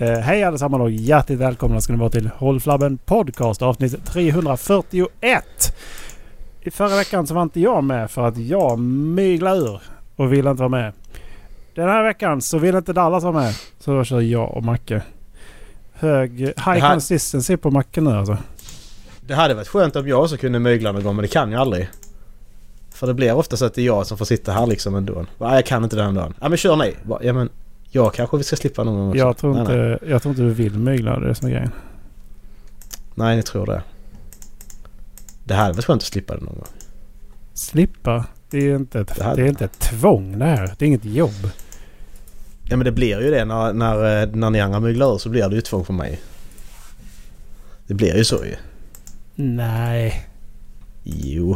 Hej allesammans och hjärtligt välkomna ska ni vara till Håll Flabben Podcast avsnitt 341. I förra veckan så var inte jag med för att jag myglade ur och ville inte vara med. Den här veckan så vill inte Dallas vara med, så då kör jag och Macke. High consistency på Macke nu alltså. Det hade varit skönt om jag också kunde mygla någon gång, men det kan jag aldrig. För det blir ofta så att det är jag som får sitta här liksom ändå. Jag kan inte den dagen. Ja men kör nej. Ja men jag kanske vi ska slippa någon gång också. Jag tror inte du vill mygla, det är som är grejen. Nej, jag tror det. Det hade varit skönt att slippa det någon gång. Slippa? Det är inte ett tvång det här. Det är inget jobb. Ja men det blir ju det när ni andra myglar så blir det ju tvång för mig. Det blir ju så ju. Nej. Jo.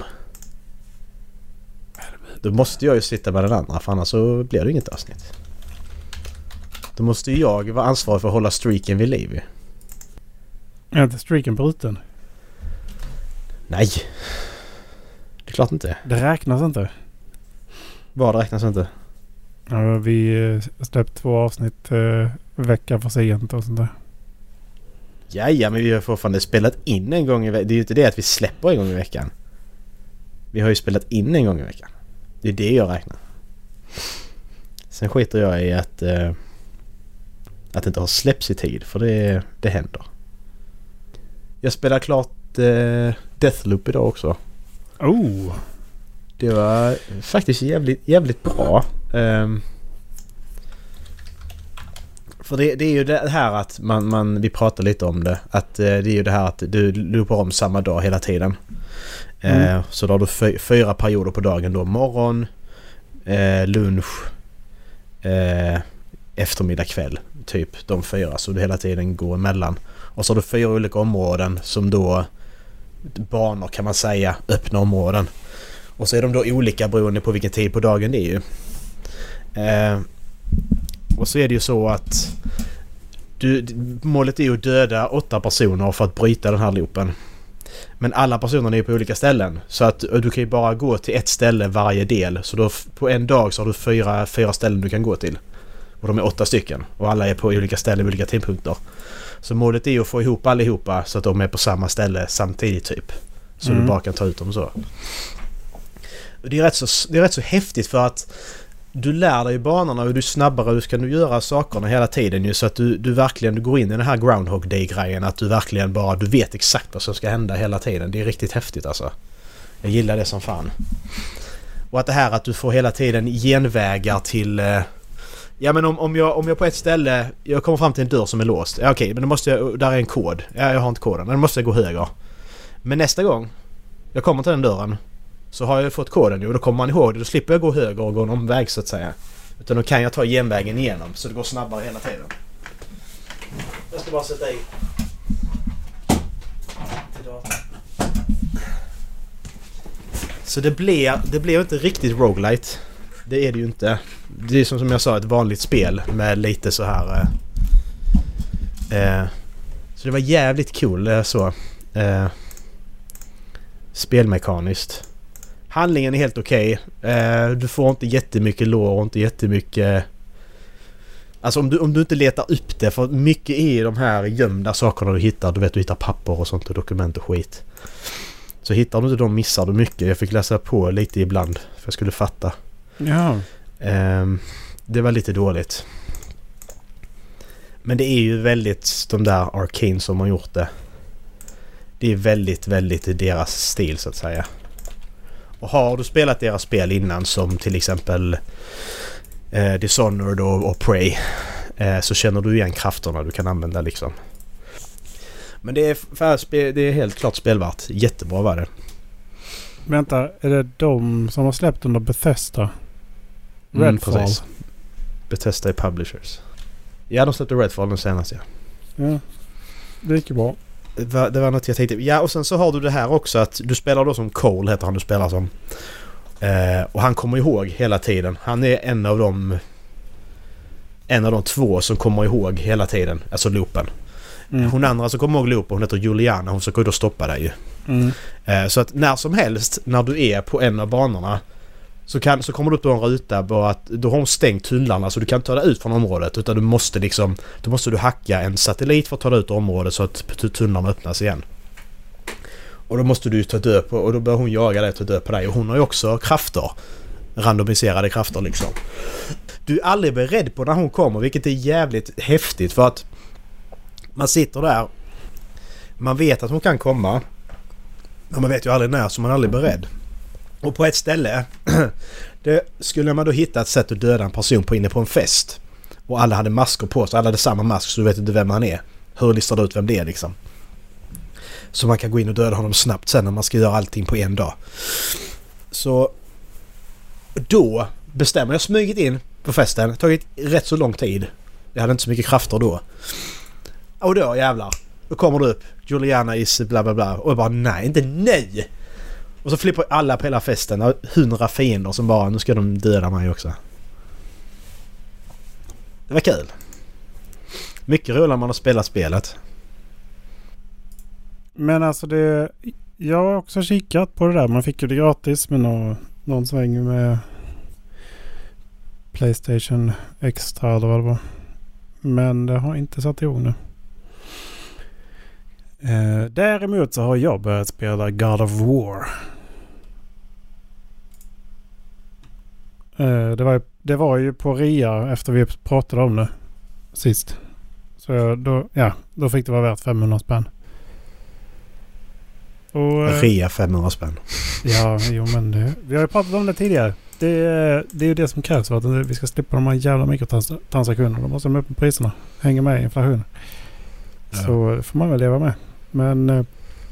Då måste jag ju sitta med den andra, för annars så blir det inget avsnitt. Då måste ju jag vara ansvarig för att hålla streaken vid liv. Är inte streaken bruten? Nej. Det är klart inte. Det räknas inte. Vad räknas inte? Ja, vi släppt 2 avsnitt vecka för sent och sånt där. Ja, men vi har fortfarande spelat in en gång i veckan. Det är ju inte det att vi släpper en gång i veckan. Vi har ju spelat in en gång i veckan. Det är det jag räknar. Sen skiter jag i att det inte har släppts i tid, för det händer. Jag spelar klart Deathloop idag också. Oh! Det var faktiskt jävligt bra. För det är ju det här att vi pratar lite om det. Att det är ju det här att du loopar om samma dag hela tiden. Så då har du 4 perioder på dagen då. Morgon, lunch, eftermiddag, kväll. Typ de 4. Så du hela tiden går emellan. Och så har du 4 olika områden som då banor kan man säga, öppna områden. Och så är de då olika beroende på vilken tid på dagen det är ju. Och så är det ju så att målet är ju att döda 8 personer för att bryta den här loopen. Men alla personerna är på olika ställen. Så att du kan ju bara gå till ett ställe varje del. Så då på en dag så har du 4 ställen du kan gå till. Och de är 8 stycken. Och alla är på olika ställen vid olika tidpunkter. Så målet är ju att få ihop allihopa så att de är på samma ställe samtidigt typ. Så du bara kan ta ut dem så. Och det är rätt så häftigt för att du lär dig banorna och du är snabbare och du ska göra sakerna hela tiden ju, så att du verkligen går in i den här Groundhog Day-grejen, att du verkligen du vet exakt vad som ska hända hela tiden. Det är riktigt häftigt alltså. Jag gillar det som fan. Och att det här att du får hela tiden genvägar till ja men om jag på ett ställe jag kommer fram till en dörr som är låst. Ja okej, men då måste där är en kod. Ja, jag har inte koden. Då måste jag gå höger. Men nästa gång jag kommer till den dörren så har jag fått koden ju, och då kommer man ihåg det. Då slipper jag gå höger och gå en omväg så att säga. Utan då kan jag ta genvägen igenom så det går snabbare hela tiden. Jag ska bara sätta i. Så det blir inte riktigt roguelite. Det är det ju inte. Det är som jag sa ett vanligt spel med lite så här. Så det var jävligt cool så. Spelmekaniskt. Handlingen är helt okej. Du får inte jättemycket lore och inte jättemycket. Alltså om du inte letar upp det, för mycket är de här gömda sakerna du hittar. Du hittar papper och sånt och dokument och skit. Så hittar du inte dem missar du mycket. Jag fick läsa på lite ibland för jag skulle fatta. Ja. Det var lite dåligt. Men det är ju väldigt de där Arcane som har gjort det. Det är väldigt, väldigt deras stil så att säga. Och har du spelat deras spel innan som till exempel Dishonored och Prey, så känner du igen krafterna du kan använda liksom. Men det är helt klart spelvärt. Jättebra var det. Vänta, är det de som har släppt under Bethesda? Redfall? Precis. Bethesda är publishers. Ja, de släppte Redfall den senaste. Ja, det gick bra. Det var något jag tänkte. Ja, och sen så har du det här också att du spelar då som Cole heter han du spelar som. Och han kommer ihåg hela tiden. Han är en av de 2 som kommer ihåg hela tiden. Alltså loopen. Hon andra som kommer ihåg loopen, hon heter Juliana. Hon försöker då stoppa dig ju. Så att när som helst när du är på en av banorna så kommer du upp på en ruta bara att då har hon stängt tunnlarna så du kan ta dig ut från området, utan då måste du hacka en satellit för att ta dig ut ur området så att tunnlarna öppnas igen. Och då måste du ta död på, och då börjar hon jaga dig och ta död på dig, och hon har ju också krafter, randomiserade krafter liksom. Du är aldrig beredd på när hon kommer, vilket är jävligt häftigt, för att man sitter där, man vet att hon kan komma, men man vet ju aldrig när, så man är aldrig beredd. Och på ett ställe skulle man då hitta ett sätt att döda en person inne på en fest, och alla hade masker på sig, alla hade samma mask, så du vet inte vem han är. Hur listar du ut vem det är liksom? Så man kan gå in och döda honom snabbt sen när man ska göra allting på en dag. Så då bestämmer jag smugit in på festen. Det har tagit rätt så lång tid. Jag hade inte så mycket krafter då. Och då jävlar. Då kommer du upp. Juliana is bla bla bla. Och jag bara nej, inte nej. Och så flippar alla på hela festen. 100 fiender som bara, nu ska de döda mig också. Det var kul. Mycket roligare när man har spelat spelet. Men alltså jag har också kikat på det där. Man fick ju det gratis med någon sväng med PlayStation Extra eller vad det var. Men det har inte satt igång nu. Däremot så har jag börjat spela God of War. Det var ju på rea efter vi pratade om det sist. Så då fick det vara värt 500 spänn. Och, rea 500 spänn. Ja, jo men vi har ju pratat om det tidigare. Det är ju det som krävs för att vi ska slippa de här jävla mikrotransaktionerna. Då måste de upp med priserna. Hänga med i inflationen. Ja. Så får man väl leva med. Men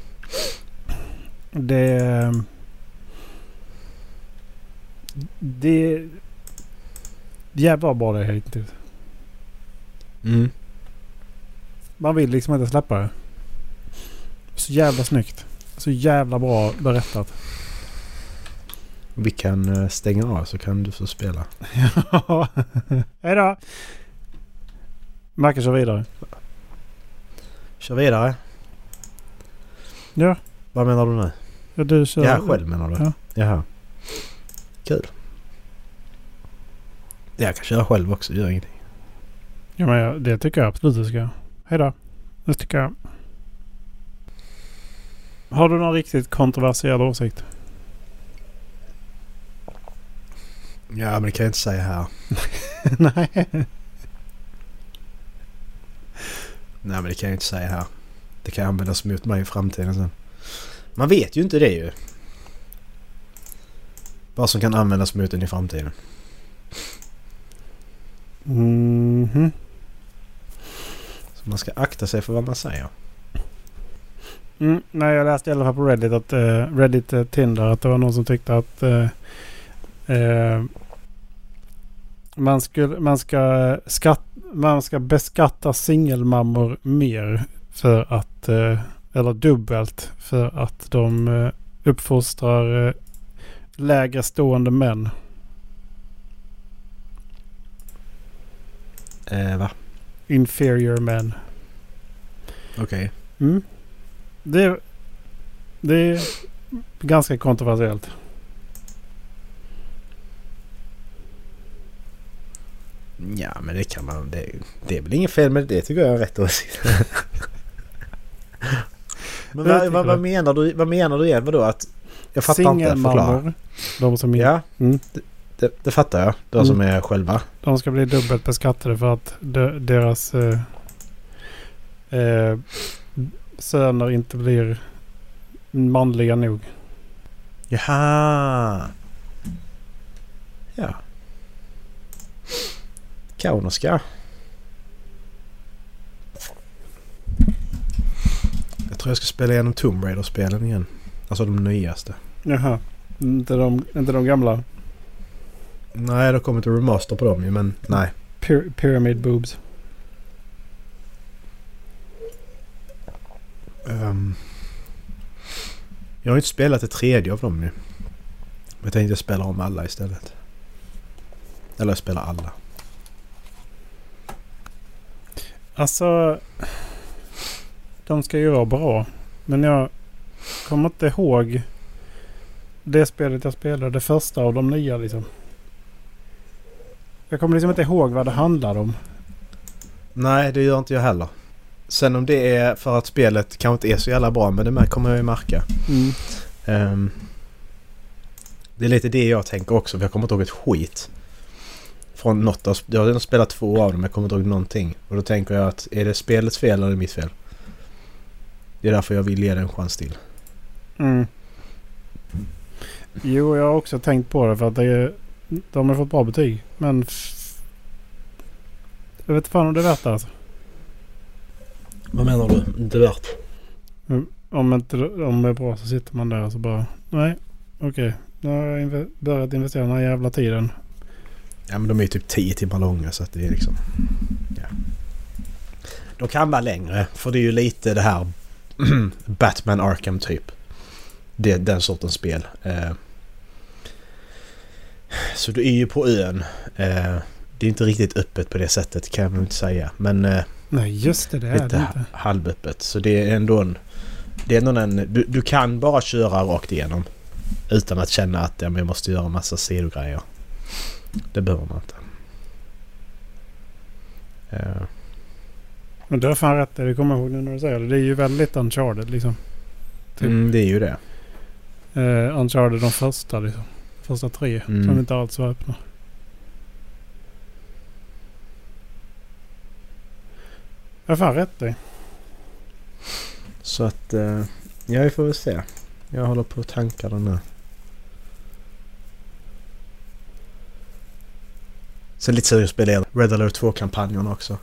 det jävla bra det helt enkelt. Mm. Man vill liksom inte släppa det. Så jävla snyggt. Så jävla bra berättat. Vi kan stänga av så kan du få spela. Ja. Hej då. Marcus kör vidare. Kör vidare. Ja. Vad menar du nu? Ja, du kör. Jag själv menar du? Ja. Jaha. Kul. Jag kan köra själv också, gör ingenting. Ja, men det tycker jag absolut du ska. Hej då. Det tycker jag. Har du någon riktigt kontroversiell åsikt? Ja, men det kan jag inte säga här. Nej. Nej, men det kan jag inte säga här. Det kan användas mot mig i framtiden sen. Man vet ju inte det ju. Vad som kan användas mot en i framtiden. Mhm. Så man ska akta sig för vad man säger. Nej, jag läste i alla fall på Reddit att Reddit Tinder att det var någon som tyckte att man ska beskatta singelmammor mer för att eller dubbelt för att de uppfostrar lägre stående män. Va? Inferior men. Okej. Mm. Det är ganska kontroversiellt. Ja, men det kan man. Det är väl inget fel med det, tycker jag är rätt åsikt. Men vad menar du igen? Vadå? Att jag fattar inte. Förklara. De som ja, det fattar jag. De som är själva. De ska bli dubbelt beskattade för att deras söner inte blir manliga nog. Jaha. Ja. Kaunoska. Jag tror jag ska spela igenom Tomb Raider-spelen igen. Alltså de nyaste. Jaha. Inte de gamla? Nej, det kommer inte remaster på dem ju, men nej. Pyramid boobs. Jag har inte spelat det tredje av dem nu. Jag tänkte spela om alla istället. Eller jag spelar alla. Alltså, de ska ju vara bra. Men jag kommer inte ihåg det spelet jag spelade, det första av de nya liksom. Jag kommer liksom inte ihåg vad det handlar om. Nej, det gör inte jag heller. Sen om det är för att spelet kanske inte är så jävla bra, men det kommer jag ju märka. Det är lite det jag tänker också, för jag kommer inte ihåg ett skit från något av... Jag har spelat 2 av dem, jag kommer inte ihåg någonting. Och då tänker jag att är det spelets fel eller mitt fel? Det är därför jag vill ge det en chans till. Jo, jag har också tänkt på det för att de har fått bra betyg. Men jag vet inte fan om det är värt det alltså. Vad menar du? Inte värt? Om det är bra så sitter man där och så bara... Nej, okej. Nu har jag börjat investera den här jävla tiden. Ja, men de är ju typ 10 timmar långa så att det är liksom... Ja. De kan vara längre, för det är ju lite det här Batman Arkham typ. Det är den sortens spel. Så du är ju på ön. Det är inte riktigt öppet på det sättet, kan jag väl inte säga. Men nej, just det är lite det inte. halvöppet. Så det är ändå du kan bara köra rakt igenom utan att känna att jag måste göra en massa sidogrejer. Det behöver man inte. Men det är fan rätt, det kommer jag ihåg nu när du säger det. Det är ju väldigt Uncharted liksom. Typ. Det är ju det. Uncharted de första liksom. Första 3 som inte alls var öppna. Jag är fan rätt det. Så att jag får väl se. Jag håller på att tanka den nu. Sen lite seriöst spela Red Alert 2-kampanjen också.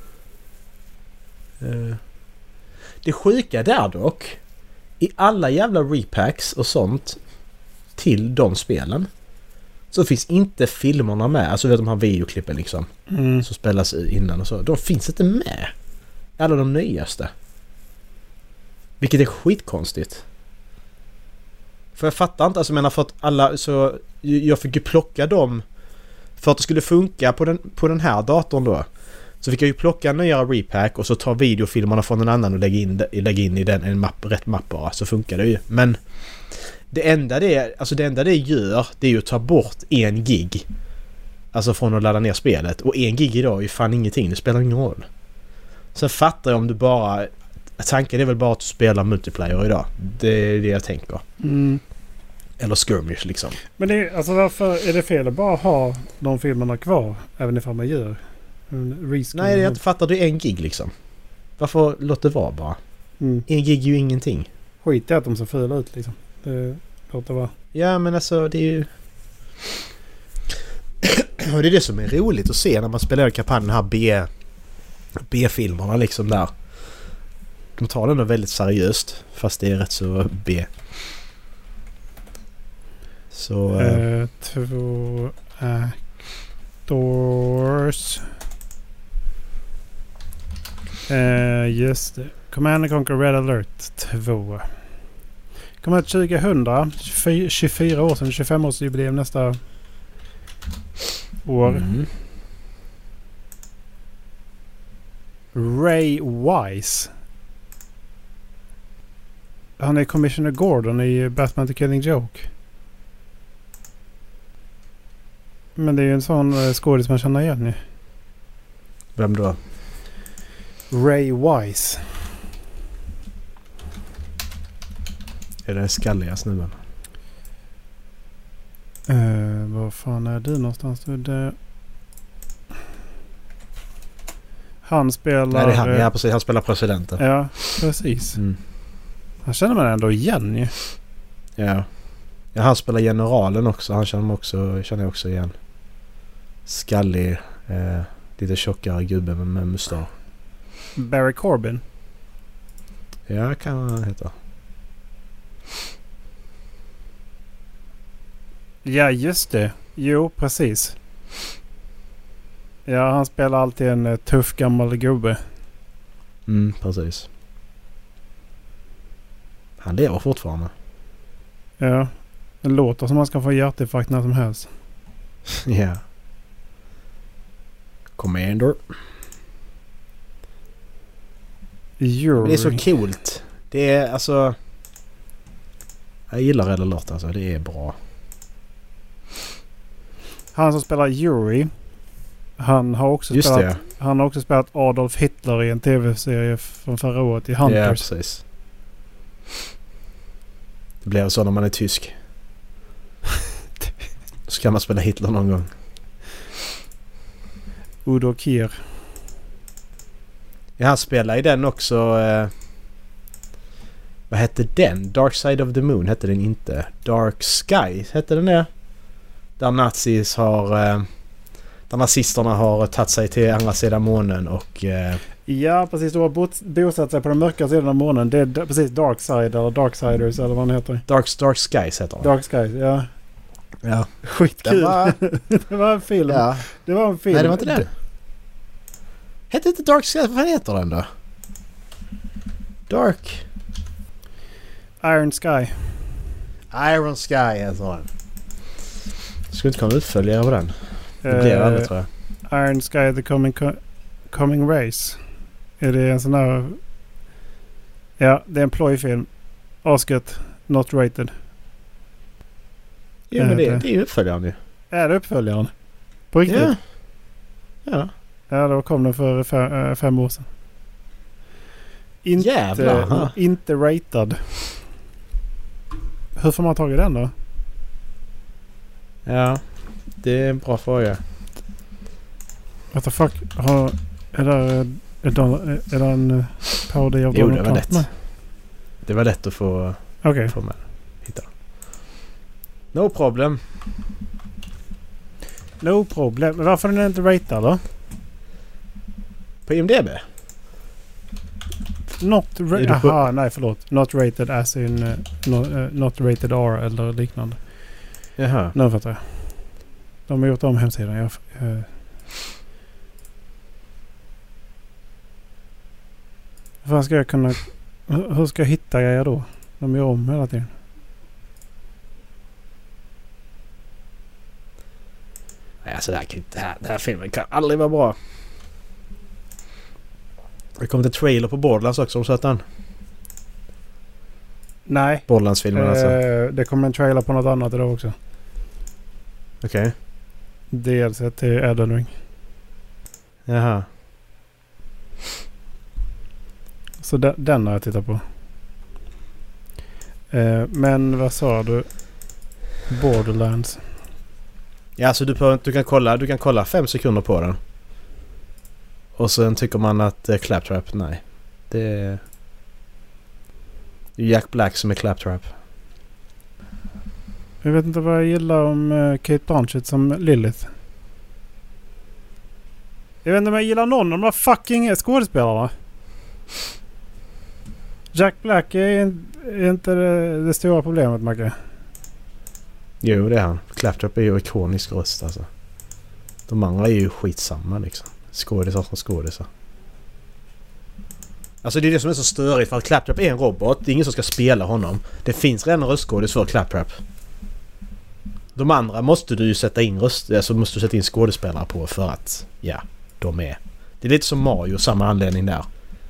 Det sjuka där dock, i alla jävla repacks och sånt till de spelen så finns inte filmerna med. Alltså vet de här videoklippen liksom som spelas innan och så. De finns inte med. Alla de nyaste. Vilket är skitkonstigt. För jag fattar inte, alltså jag menar för att alla så jag fick ju plocka dem för att det skulle funka på den här datorn då. Så fick jag ju plocka en nyare repack och så ta videofilmerna från en annan och lägga in i den en rätt mapp bara, så funkar det ju. Men det enda det gör, det är ju att ta bort 1 gig. Alltså från att ladda ner spelet. Och 1 gig idag är ju fan ingenting, det spelar ingen roll. Sen fattar jag om du bara... Tanken är väl bara att du spelar multiplayer idag. Det är det jag tänker. Eller skirmish liksom. Men det, alltså varför är det fel att bara ha de filmerna kvar även ifall man gör nej, jag fattar, det är 1 gig liksom. Varför låter det vara bara? 1 gig är ju ingenting. Skit i att de ser fula ut liksom. Det låter vara. Ja, men alltså det är ju... Och det är det som är roligt att se när man spelar kampanjen här B-filmerna liksom där. De tar den väldigt seriöst fast det är rätt så B. Så 2 actors. Just det. Command & Conquer Red Alert 2. Kommer ut 2000. 24 år sedan. 25-årsjubileum nästa år. Ray Wise. Han är Commissioner Gordon i Batman The Killing Joke. Men det är ju en sån skådis man känner igen ju. Vem då? Ray Wise. Är det skalliga snubben? Vad fan är du någonstans? Han spelar... Nej, det är han. Ja, precis. Han spelar presidenten. Ja, precis. Han känner man ändå igen ju. Ja. Ja, han spelar generalen också. Han känner jag också igen. Skallig, lite tjockare gubbe med mustasch. Barry Corbin. Ja, kan han heta. Ja, just det. Jo, precis. Ja, han spelar alltid en tuff gammal gubbe. Precis. Han lever fortfarande. Ja. Det låter som man ska få hjärtinfarkt när som helst. Ja. Commander. Jury. Det är så coolt. Det är alltså... Jag gillar Red Alert alltså. Det är bra. Han som spelar Yuri. Han har också spelat Adolf Hitler i en tv-serie från förra året i Hunters. Ja, precis. Det blir så när man är tysk. Så kan man spela Hitler någon gång. Udo Kier. Ja, han spelar i den också. Vad hette den? Dark Side of the Moon hette den inte. Dark Sky hette den där. Där där nazisterna har tagit sig till andra sidan månen och... Ja, precis. De har bosatt sig på den mörka sidan av månen. Det är precis Dark Side eller Darksiders eller vad den heter. Dark Skies heter den. Dark Skies, ja. Ja. Skitkul. Det var en film. Ja. Det var en film. Nej, det var inte den. Hette inte Dark Skies? Vad fan heter den då? Dark... Iron Sky. Iron Sky heter den. Skulle inte komma utföljare på den. Det blir aldrig, tror jag. Iron Sky The Coming Race. Är det en sån här... Ja, det är en plojfilm. Asgött. Not rated. Jo, men det är ju uppföljaren ju. Är det uppföljaren? På riktigt? Ja. Ja. Ja, då kom den för 5 år sedan. Jävlar. Inte ratad. Hur får man tag i den då? Ja, det är en bra fråga. What the fuck? Är det en parodi av Jo, Donald det var Trump lätt. med? Det var lätt att få med. Hitta. No problem. No problem. Men varför är den inte ratad då? På IMDb? Nej, förlåt. Not rated as in not rated R eller liknande. Jaha. Nu fattar jag. De har gjort om hemsidan. Hur ska jag kunna... Hur ska jag hitta grejer då? De gör om hela tiden. Nej, alltså den här filmen kan aldrig vara bra. Det kom en trailer på Borderlands också. Har du sett den? Nej. Borderlands-filmen alltså. Det kommer en trailer på något annat idag också. Okej. Okay. Dels till Elden Ring. Jaha. Så den har jag tittat på. Men vad sa du? Borderlands. Ja, alltså du kan kolla 5 sekunder på den. Och sen tycker man att Claptrap, nej. Det är Jack Black som är Claptrap. Jag vet inte vad jag gillar om Kate Blanchett som Lilith. Jag vet inte om jag gillar någon av de där fucking skådespelarna. Jack Black är inte det stora problemet, Macke. Jo, det är han. Claptrap är ju ikonisk röst alltså. De andra är ju skitsamma liksom. Skådisar som skådisar. Alltså det är det som är så störigt, för att Claptrap är en robot. Det är ingen som ska spela honom. Det finns redan röstskådis för Claptrap. De andra måste du ju sätta in måste du sätta in skådespelare på för att, ja, de är. Det är lite som Mario, samma anledning där.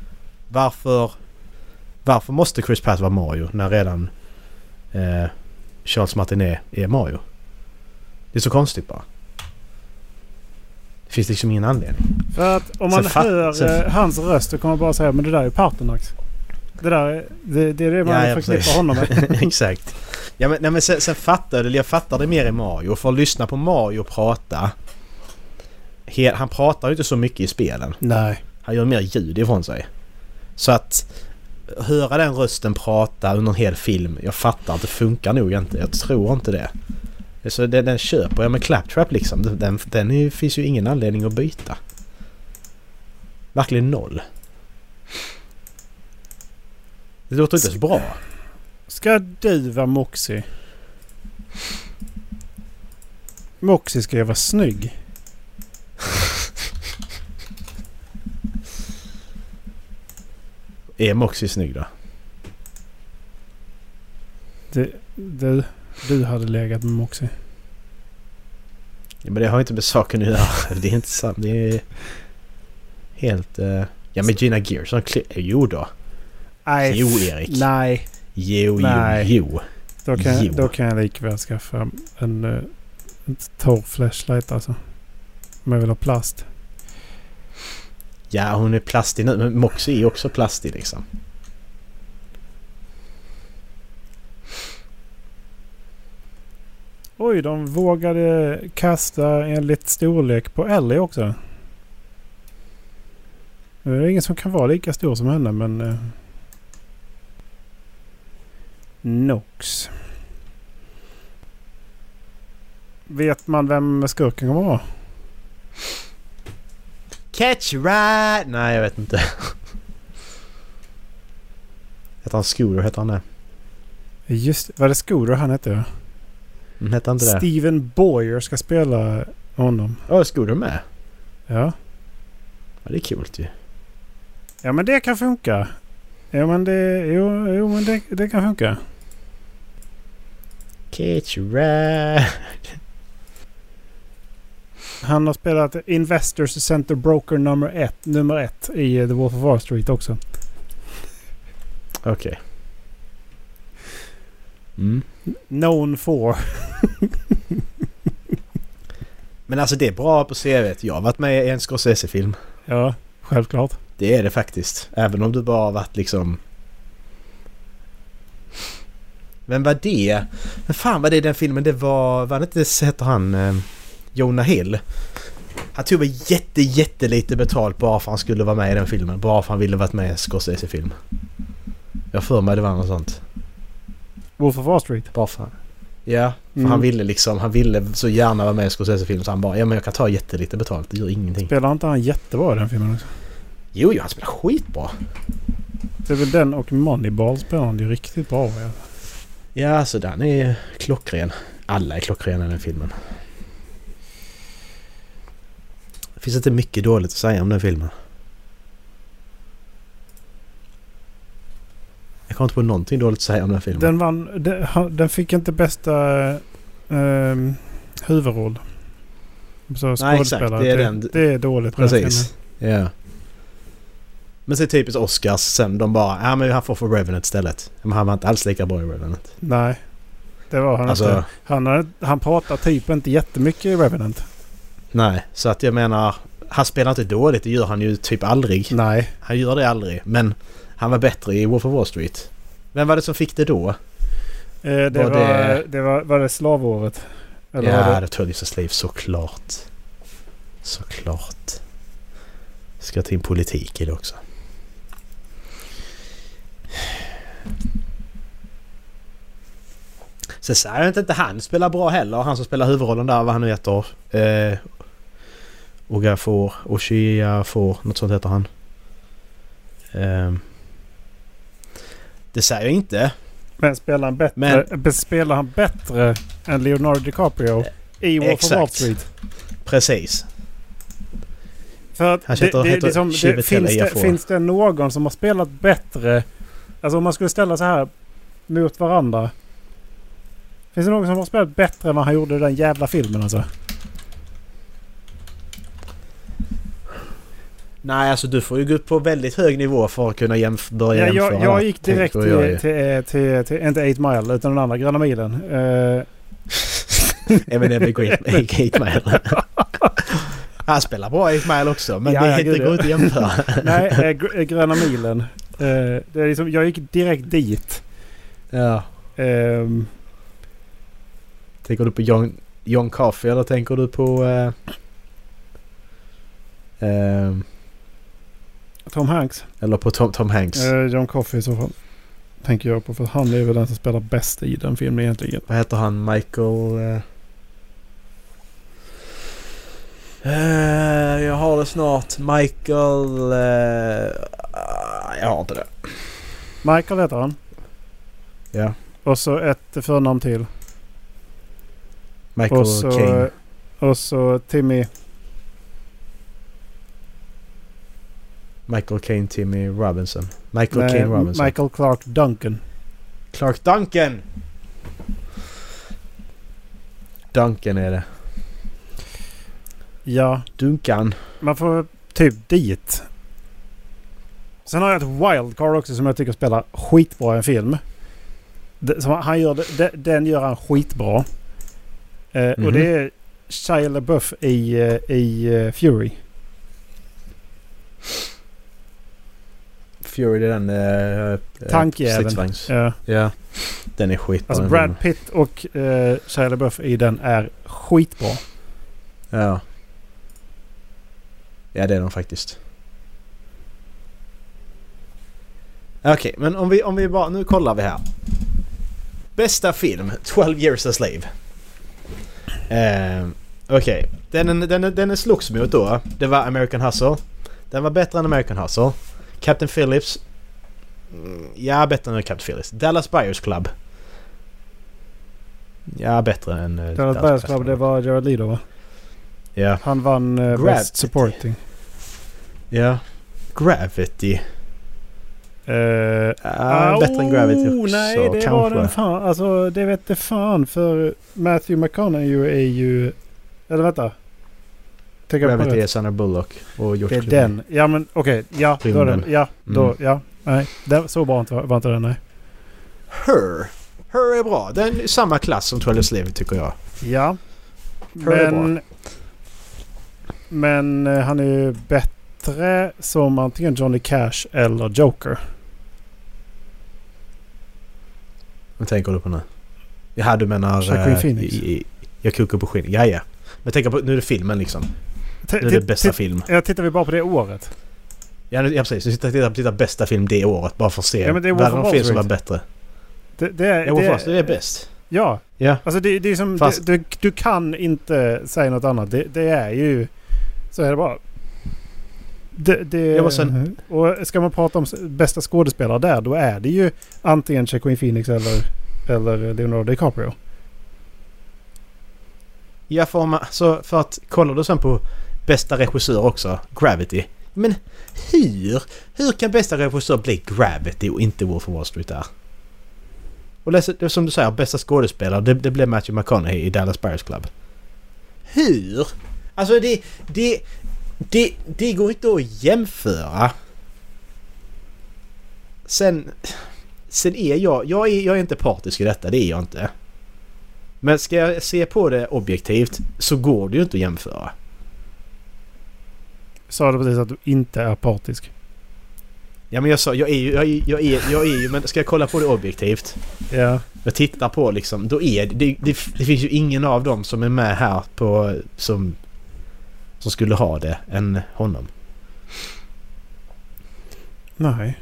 Varför måste Chris Pratt vara Mario när redan Charles Martinet är Mario? Det är så konstigt bara. Det finns liksom ingen anledning. För att om man hör hans röst så kommer man bara säga, men det där är Partenax. Det är det man förknippar honom med. Exakt. Ja, men sen jag fattar det mer i Mario. För att lyssna på Mario prata. Han pratar ju inte så mycket i spelen. Nej. Han gör mer ljud ifrån sig. Så att höra den rösten prata under en hel film, jag fattar att det funkar nog inte. Jag tror inte det. Så den köper jag med Claptrap liksom. Den finns ju ingen anledning att byta. Verkligen noll. Det låter inte så bra. Ska du vara Moxie? Moxie ska ju vara snygg. Är Moxie snygg då? Du hade legat med Moxie. Ja, men det har inte med saken att göra. Det är inte sant. Det är helt... Ja, men Gina Gerson... Jo då. Nej. Jo, Erik. Nej. Jo. Då kan jag likväl skaffa en torr flashlight alltså. Om jag vill ha plast. Ja, hon är plastig nu. Men Moxie är också plastig liksom. Oj, de vågade kasta enligt storlek på Ellie också. Det är ingen som kan vara lika stor som henne, men... Nox. Vet man vem skurken kommer vara? Catch right! Nej, jag vet inte. Heter han Scooter? Heter han det? Just var det Scooter han hette? Ja? Heter inte det? Steven Boyer ska spela honom. Scooter med? Ja. Ja, det är kul ju. Ja, men det kan funka. Ja, men det kan funka. Catch right! Han har spelat Investors Center Broker nummer 1 i The Wolf of Wall Street också. Okej. Mm. Known for. Men alltså det är bra på CV:t. Jag har varit med i en Scorsese-film. Ja, självklart. Det är det faktiskt. Även om du bara har varit liksom... Vem var det? Men fan var det den filmen? Det var det inte, heter han... Jonah Hill. Han tog väl jättelite betalt bara för han skulle vara med i den filmen. Bara för han ville varit med i en Scorsese-film. Jag för mig det var något sånt. Wolf of Wall Street? Bara för... Ja, för han ville så gärna vara med i en Scorsese-film så han bara, ja men jag kan ta jättelite betalt, det gör ingenting. Spelar inte han jättebra i den filmen också? Jo, han spelar skitbra. Det är väl den och Moneyball spelar han ju riktigt bra. Ja. Ja, så den är klockren. Alla är klockrena i den filmen. Det finns inte mycket dåligt att säga om den filmen. Jag kommer inte på någonting dåligt att säga om den filmen. Den fick inte bästa huvudroll. Så nej, exakt. Det är dåligt. Precis. Ja. Men så är det typiskt Oscars sen de bara, men han får för Revenant istället. Men han var inte alls lika bra i Revenant. Nej. Det var han inte. Han pratar typ inte jättemycket i Revenant. Nej, så att jag menar, han spelar inte dåligt, det gör han ju typ aldrig. Nej. Han gör det aldrig, men han var bättre i Wolf of Wall Street. Vem var det som fick det då? Var det slavåret? Eller ja, det tror jag Slave, såklart. Ska ta in politik i det också. Så säger jag inte han spelar bra heller. Han som spelar huvudrollen där, vad han nu heter. Oshia, något sånt heter han. Det säger jag inte. Men spelar han bättre än Leonardo DiCaprio i Wolf of Wall Street? Precis. För att finns det någon som har spelat bättre? Alltså om man skulle ställa så här mot varandra. Finns det någon som har spelat bättre än vad han gjorde i den jävla filmen alltså? Nej, alltså du får ju gå upp på väldigt hög nivå för att kunna börja jämföra. Jag gick direkt till inte 8 Mile utan den andra Gröna milen. Även det med 8 Mile. Han spelar bra 8 Mile också, men det går inte att jämföra. Nej, Gröna milen. Det är liksom, jag gick direkt dit. Ja. Tänker du på John Coffey eller tänker du på Tom Hanks? Eller på Tom Hanks? John Coffey i så fall. Tänker jag på, för han är väl den som spelar bäst i den filmen egentligen. Vad heter han? Michael... jag har det snart. Michael... jag har inte det. Michael heter han. Ja. Och så ett förnamn till. Michael Caine. Och så Timmy... Michael Caine, Timmy Robinson. Caine Robinson. Michael Clark Duncan. Clark Duncan! Duncan är det. Ja. Duncan. Man får typ dit. Sen har jag ett wildcard också som jag tycker spelar skitbra i en film. Han gör den gör han skitbra. Och det är Shia LaBeouf i Fury. Fury, det är den tankjäveln. Ja. Den är skitbra. Alltså Brad Pitt och Shia LaBeouf i den är skitbra. Ja. Ja, det är de faktiskt. Okej, men om vi bara... Nu kollar vi här. Bästa film, 12 Years a Slave. Okej. Den slogs mot då. Det var American Hustle. Den var bättre än American Hustle. Captain Phillips. Ja, bättre än Captain Phillips. Dallas Buyers Club. Ja, bättre än Dallas Buyers Club, det var Jared Leto, va? Ja. Han vann Best Supporting. Ja. Gravity. Bättre än Gravity också. Nej, det kanske. Var den fan. Alltså, det vet det fan. För Matthew McConaughey är ju... Eller vänta. Gravity är Sandra Bullock och George Clooney. Det är den. Ja, men okej. Ja, då är den. Ja, då. Ja. Nej, så bra var inte den, nej. Her är bra. Den är samma klass som 12 Years a Slave, tycker jag. Ja. Men han är ju bättre som antingen Johnny Cash eller Joker. Vad tänker du på nu? Ja, du menar... Joaquin Phoenix. Jag kukar på skinn. Ja. Men jag tänker på... Nu är det filmen liksom. Nu är det bästa film. Ja, tittar vi bara på det året. Ja, precis. Så tittar bästa film det året. Bara för att se. Ja, men det är Wolf of Wall Street som var bättre. Det är bäst. Ja. Alltså det är som... Fast, du kan inte säga något annat. Det är ju... Så är det bara. Och ska man prata om bästa skådespelare där, då är det ju antingen Joaquin Phoenix eller Leonardo DiCaprio. Ja, för att kollar du sen på bästa regissör också, Gravity. Men hur kan bästa regissör bli Gravity och inte Wolf of Wall Street där? Och det som du säger, bästa skådespelare, det blev Matthew McConaughey i Dallas Buyers Club. Hur? Alltså det går inte att jämföra. Sen är jag är inte partisk i detta, det är jag inte. Men ska jag se på det objektivt så går det ju inte att jämföra. Sa du precis att du inte är partisk? Ja, men jag sa jag är ju, men ska jag kolla på det objektivt? Ja. Jag tittar på liksom, då är det finns ju ingen av dem som är med här på som skulle ha det än honom. Nej.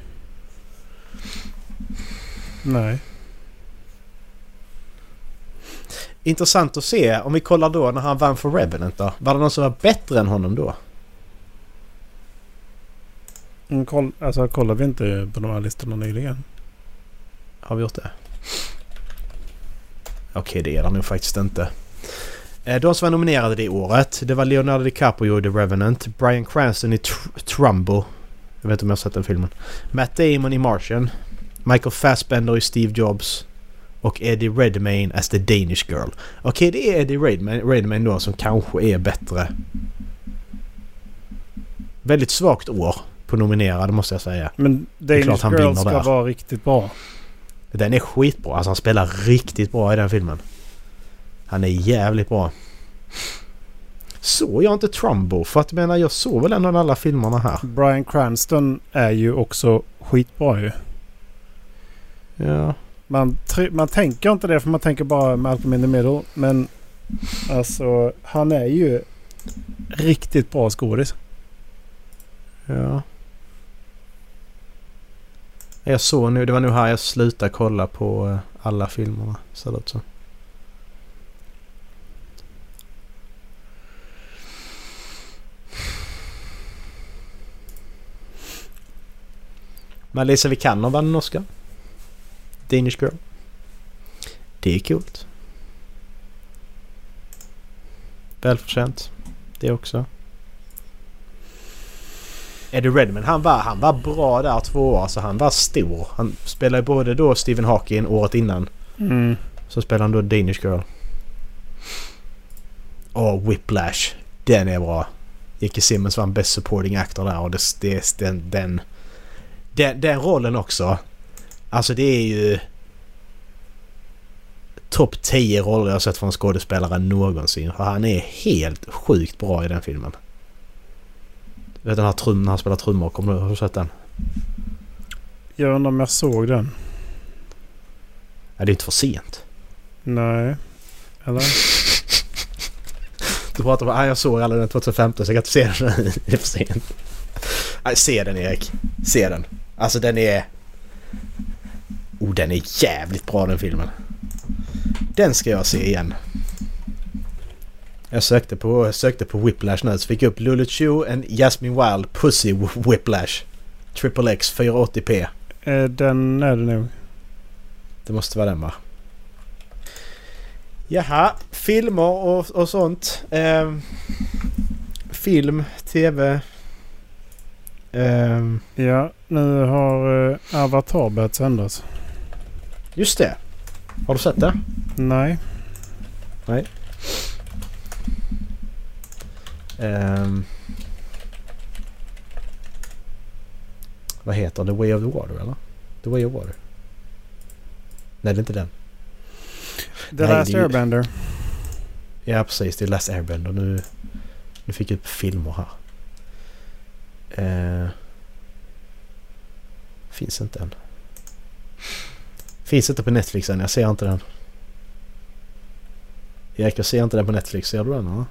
Intressant att se, om vi kollar då när han vann för Revenant då. Var det någon som var bättre än honom då? Kollar vi inte på de här listorna nyligen? Har vi gjort det? Okej, det är det nog faktiskt inte. De som var nominerade det året, det var Leonardo DiCaprio i The Revenant, Bryan Cranston i Trumbo. Jag vet inte om jag har sett den filmen. Matt Damon i Martian, Michael Fassbender i Steve Jobs och Eddie Redmayne as the Danish Girl. Okej, det är Eddie Redmayne då som kanske är bättre. Väldigt svagt år på nominerade, måste jag säga. Men Danish Girl ska vara riktigt bra. Den är skitbra. Alltså han spelar riktigt bra i den filmen. Han är jävligt bra. Så jag inte Trumbo, för att jag såg väl ändå alla filmerna här. Bryan Cranston är ju också skitbra ju. Ja. Man tänker inte det, för man tänker bara Malcolm in the Middle. Men alltså, han är ju riktigt bra skådis. Ja. Jag såg nu, det var nu här jag slutade kolla på alla filmerna. Så det så. Men Lisa Vikander vann en Oscar. Danish Girl. Det är kul. Välförtjänt. Det också. Eddie Redmayne, han var bra där 2 år. Alltså han var stor. Han spelade både då Stephen Hawking året innan. Så spelade han då Danish Girl. Whiplash. Den är bra. J.K. Simmons var en best supporting actor där. Och den rollen också. Alltså det är ju... topp 10 roller jag har sett från en skådespelare någonsin. Han är helt sjukt bra i den filmen. Du vet den här när han spelar trummor, har du sett den? Jag undrar om jag såg den. Ja, det är inte för sent. Nej. Eller? Du pratar om jag såg alla den 2015 så jag kan inte se den. Det är för sent. Nej, se den Erik. Se den. Alltså den är... den är jävligt bra den filmen. Den ska jag se igen. Jag sökte på Whiplash nu så fick jag upp Lulu Chu and Jasmine Wild Pussy Whiplash. XXX 480p. Den är det nog. Det måste vara den va? Jaha, filmer och sånt. Film, tv. Ja, nu har Avatar börjat sändas. Just det. Har du sett det? Nej. Nej. Vad heter The Way of the Water eller? The Way of Water. Nej, det är inte den. The Last Airbender. Ja, precis. Det är Last Airbender. Nu fick jag upp filmer här. Finns inte än. Finns inte på Netflix än. Jag ser inte den. Jag ser inte den på Netflix. Ser du den? Ja?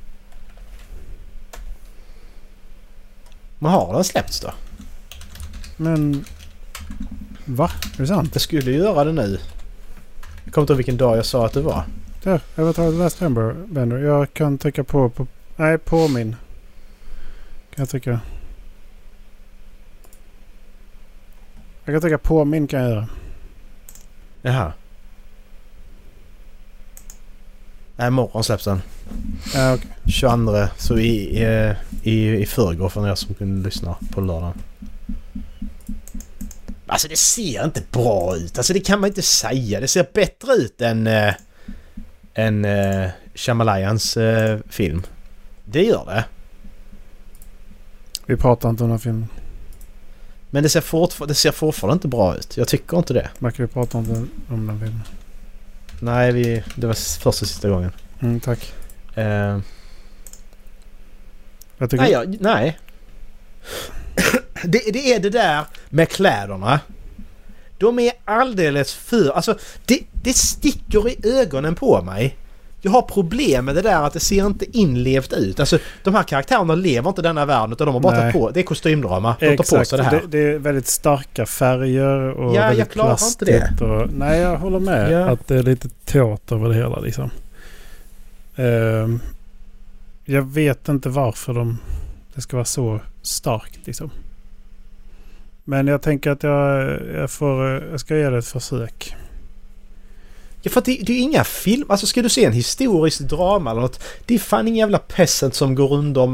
Men har den släppts då? Men... Va? Är det sant? Jag skulle göra det nu. Jag kommer inte ihåg vilken dag jag sa att det var. Där, jag vill ta The Last Airbender. Jag kan trycka på... Nej, påminn. Kan jag trycka... Jag kan trycka påminn kan jag göra. Jaha. Nej, imorgon släpps den. Ja, okej. 22. Så i förrgår för er som kunde lyssna på lördagen. Alltså det ser inte bra ut. Alltså det kan man inte säga. Det ser bättre ut än Shyamalans film. Det gör det. Vi pratar inte om den här filmen. Men det ser fortfarande inte bra ut. Jag tycker inte det. Verkar vi prata inte om den filmen? Nej, det var första och sista gången. Tack. Nej. Det är det där med kläderna. De är alldeles för... Alltså, det sticker i ögonen på mig. Jag har problem med det där att det ser inte inlevt ut. Alltså, de här karaktärerna lever inte i denna världen utan de har bara tagit på... Det är kostymdrama. De tar på sig det här. Det är väldigt starka färger och ja, väldigt jag klarar inte det. Och, nej, jag håller med att det är lite teater över det hela liksom. Jag vet inte varför det ska vara så starkt liksom. Men jag tänker att jag ska göra ett försök. Ja, för det är ju inga film. Alltså ska du se en historisk drama eller något. Det är fan ingen jävla peasant som går under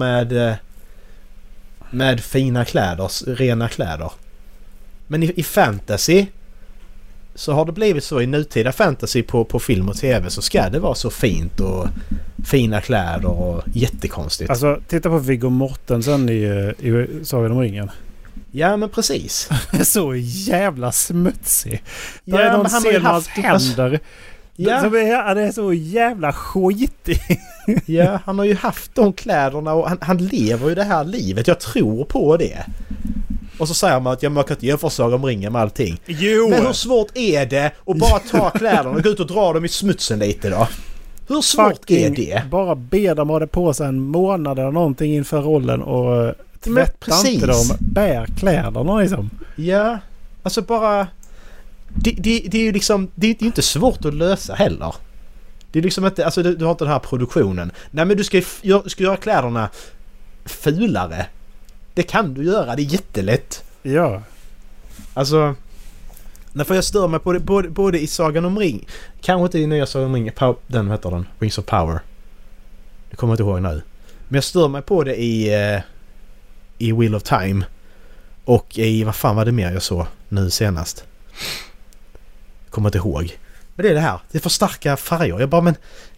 med fina kläder, rena kläder. Men i fantasy så har det blivit så i nutida fantasy på film och tv så ska det vara så fint och fina kläder och jättekonstigt. Alltså titta på Viggo Mortensen i Sagan om ringen. Ja, men precis. Så jävla smutsig. Ja, där är någon men han har ju haft händer. Ja. Det är så jävla skitig. Ja, han har ju haft de kläderna och han lever ju det här livet. Jag tror på det. Och så säger man att jag kan inte göra Sagan om ringen med allting. Jo. Men hur svårt är det att bara ta kläderna och gå ut och dra dem i smutsen lite då? Hur svårt är det? Bara be dem ha det på sig en månad eller någonting inför rollen och tvätta inte dem. Bär kläderna liksom. Ja, alltså bara... Det är ju liksom... Det är inte svårt att lösa heller. Det är liksom inte... Alltså du har inte den här produktionen. Nej, men du ska göra kläderna fulare. Det kan du göra. Det är jättelätt. Ja. Alltså... För jag stör mig på det både i Sagan om ring. Kanske inte i nya Sagan om ring. Den heter den. Rings of Power. Det kommer jag inte ihåg nu. Men jag stör mig på det i Wheel of Time. Och i... Vad fan var det mer jag såg nu senast? Kommer inte ihåg. Men det är det här. Det är för starka färger. Jag bara, men...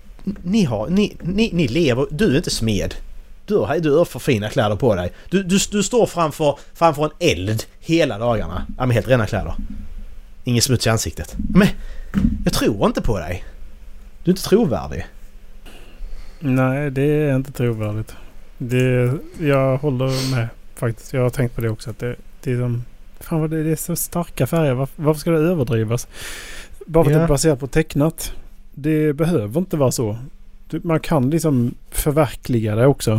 Ni lever... Du är inte smed. Du har för fina kläder på dig. Du står framför en eld hela dagarna. Ja, med helt rena kläder. Ingen smuts i ansiktet. Men jag tror inte på dig. Du är inte trovärdig. Nej, det är inte trovärdigt. Jag håller med faktiskt. Jag har tänkt på det också. Att det är som... Fan vad det är så starka färger. Varför ska det överdrivas? Bara för att det är baserat på tecknat. Det behöver inte vara så. Man kan liksom förverkliga det också.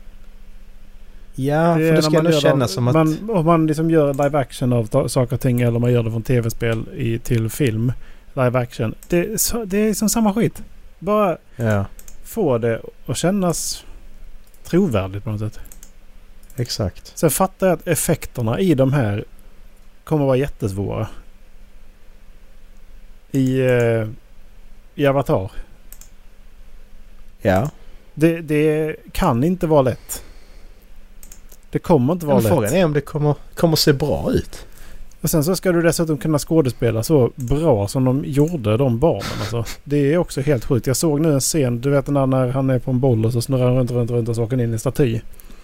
Ja, för det ska ändå kännas som att... Om man liksom gör live action av saker och ting eller man gör det från tv-spel till film. Live action. Det är som samma skit. Bara få det att kännas trovärdigt på något sätt. Exakt. Sen fattar jag att effekterna i de här kommer vara jättesvåra. I Avatar. Ja. Det kan inte vara lätt. Det kommer inte vara lätt. Frågan är om det kommer se bra ut. Och sen så ska du dessutom kunna skådespela så bra som de gjorde de barnen. Alltså. Det är också helt sjukt. Jag såg nu en scen, du vet när han är på en boll och så snurrar han runt och så åker in i en staty.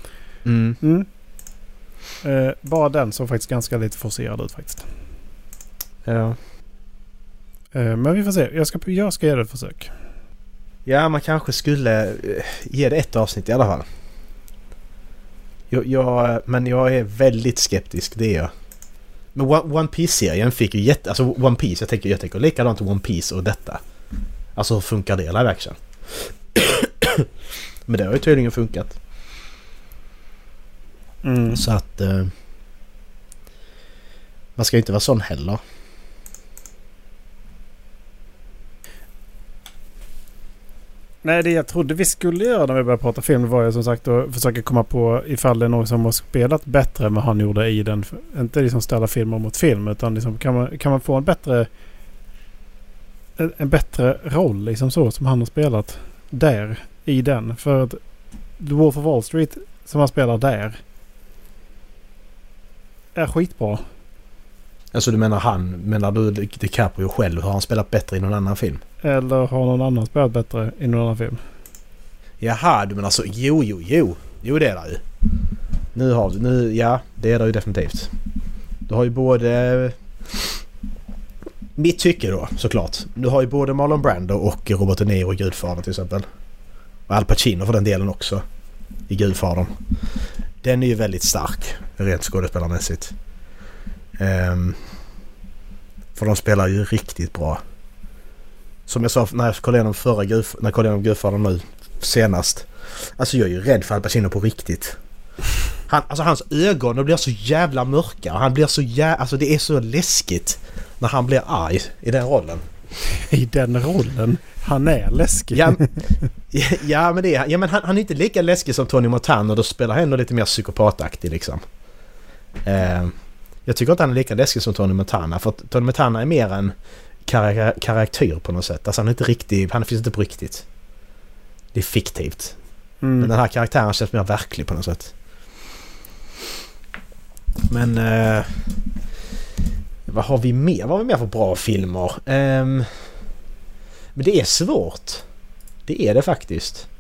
Bara den såg faktiskt ganska lite forcerad ut faktiskt. Ja. Men vi får se. Jag ska göra ett försök. Ja, man kanske skulle ge det ett avsnitt i alla fall. Men jag är väldigt skeptisk, det är jag. Men One Piece-serien fick ju alltså One Piece, jag tänker likadant One Piece och detta. Alltså hur funkar det live action? Men det har ju tydligen funkat. Så att man ska ju inte vara sån heller. Nej, det jag trodde vi skulle göra när vi började prata film var ju som sagt att försöka komma på ifall det är någon som har spelat bättre än vad han gjorde i den. Inte liksom ställa filmer mot film utan liksom kan man få en bättre roll liksom så som han har spelat där i den. För att The Wolf of Wall Street som han spelar där är skitbra. Alltså menar du DiCaprio själv? Har han spelat bättre i någon annan film? Eller har någon annan spelat bättre i någon annan film? Jaha, du menar så. Jo, det är det ju. Ja, det är det ju definitivt. Du har ju både... Mitt tycke då, såklart. Du har ju både Marlon Brando och Robert De Niro i Gudfadern till exempel. Och Al Pacino för den delen också. I Gudfadern. Den är ju väldigt stark, rent skådespelarmässigt. För de spelar ju riktigt bra. Som jag sa när jag kollade igenom Gudfadern nu senast. Alltså jag är ju rädd för Al Pacino på riktigt. Hans ögon blir så jävla mörka. Han blir så alltså det är så läskigt när han blir arg i den rollen. I den rollen? Han är läskig. Men han är inte lika läskig som Tony Montana och då spelar han ändå lite mer psykopataktig liksom. Jag tycker inte han är lika läskig som Tony Montana för att Tony Montana är mer en karaktär på något sätt. Alltså han finns inte på riktigt. Det är fiktivt. Men den här karaktären känns mer verklig på något sätt. Men vad har vi mer? Vad har vi mer för bra filmer? Men det är svårt. Det är det faktiskt.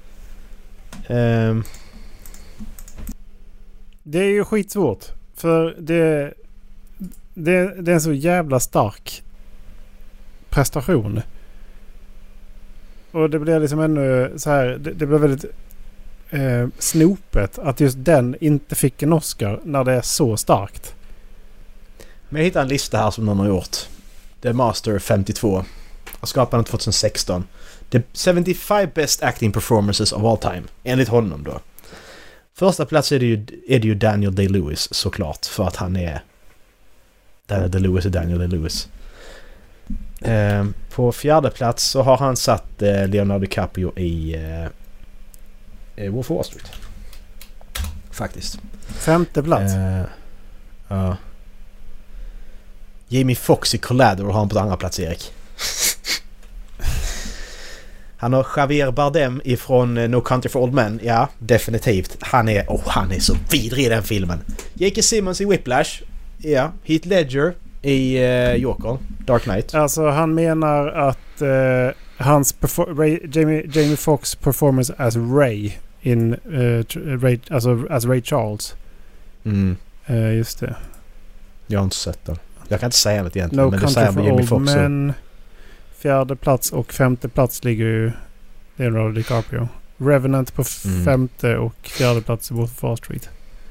Det är ju skitsvårt. För det är en så jävla stark prestation. Och det blir liksom ännu så här, det blir väldigt snopet att just den inte fick en Oscar när det är så starkt. Men jag hittade en lista här som någon har gjort. The Master 52. Och skapade den 2016. The 75 best acting performances of all time. Enligt honom då. Första plats är det ju Daniel Day-Lewis såklart. För att han är Daniel Day-Lewis är Daniel Day-Lewis. På fjärde plats så har han satt Leonardo DiCaprio i Wolf of Wall Street. Faktiskt. Femte plats. Ja. Jamie Foxx i Collateral har han på andra plats, Erik. Han har Javier Bardem ifrån No Country for Old Men. Ja, definitivt. Han är så vidrig i den filmen. J.K. Simmons i Whiplash. Ja, Heath Ledger i Joker, Dark Knight. Alltså han menar att hans Jamie Foxx performance as Ray in as Ray Charles. Just det. Jag har inte sett den. Jag kan inte säga något egentligen. No men Country det säger for Jamie Old Foxx. Men 4:e plats och 5:e plats ligger ju Leonardo DiCaprio. Revenant på 5:e och 4:e plats i Wolf of Wall Street.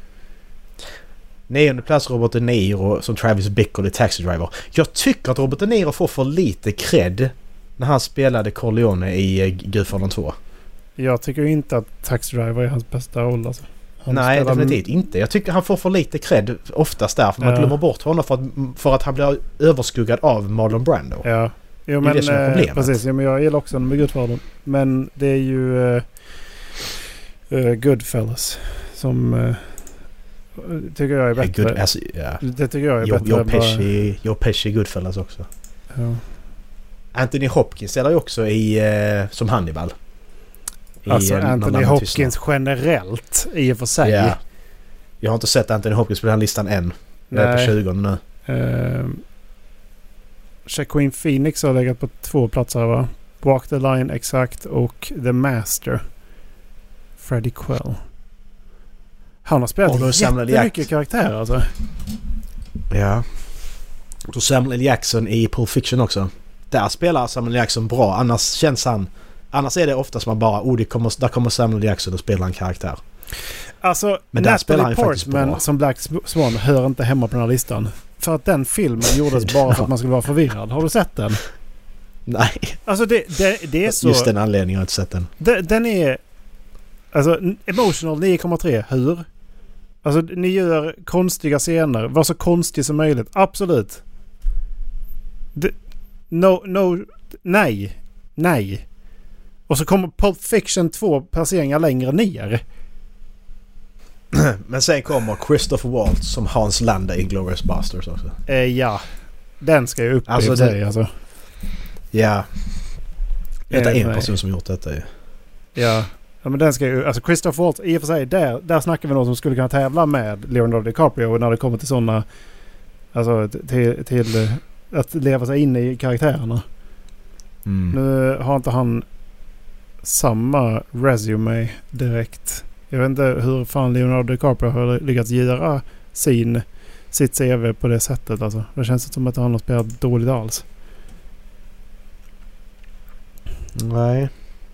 9:e plats Robert De Niro som Travis Bickle i Taxi Driver. Jag tycker att Robert De Niro får för lite cred när han spelade Corleone i Gudfadern 2. Jag tycker inte att Taxi Driver är hans bästa roll. Alltså. Nej, definitivt inte. Jag tycker han får för lite cred oftast där. För man glömmer bort honom för att han blir överskuggad av Marlon Brando. Ja, jo, men, det är det som är problemet. Precis, ja, men jag gillar också honom med Gudfadern. Men det är ju Goodfellas som tycker jag är bättre. Det tycker jag är bättre. Joe Pesci Goodfellas också. Ja. Anthony Hopkins ställer ju också i som Hannibal. Alltså Anthony Hopkins generellt i och för sig. Ja. Jag har inte sett Anthony Hopkins på den här listan än. Jag är på 20 nu. Joaquin Phoenix har legat på 2 platser, va? Walk the Line exakt och The Master. Freddie Quell. Han har spelat jättemycket karaktärer alltså. Ja. Och Samuel Jackson i Pulp Fiction också. Där spelar Samuel Jackson bra. Annars är det ofta som man bara där kommer Samuel Jackson och spelar en karaktär. Alltså, men Natalie Portman som Black Swan hör inte hemma på den här listan. För att den filmen gjordes bara för att man skulle vara förvirrad. Har du sett den? Nej. Alltså det är så... Just den anledningen har jag inte sett den. Den är... Alltså, emotional 9,3. Hur? Alltså, ni gör konstiga scener. Var så konstig som möjligt. Absolut. Nej. Och så kommer Pulp Fiction 2 placeringar längre ner. Men sen kommer Christopher Waltz som Hans Landa i Glorious Bastards också. Ja. Den ska ju upp alltså i sig alltså. Ja. Det är en person som gjort detta ju. Ja, men den ska ju... Alltså Christopher Waltz i och för sig, där snackar vi någon som skulle kunna tävla med Leonardo DiCaprio när det kommer till sådana... Alltså till att leva sig in i karaktärerna. Nu har inte han samma resume direkt. Jag vet inte hur fan Leonardo DiCaprio har lyckats göra sitt CV på det sättet. Alltså. Det känns som att han har spelat dåligt alls. Nej.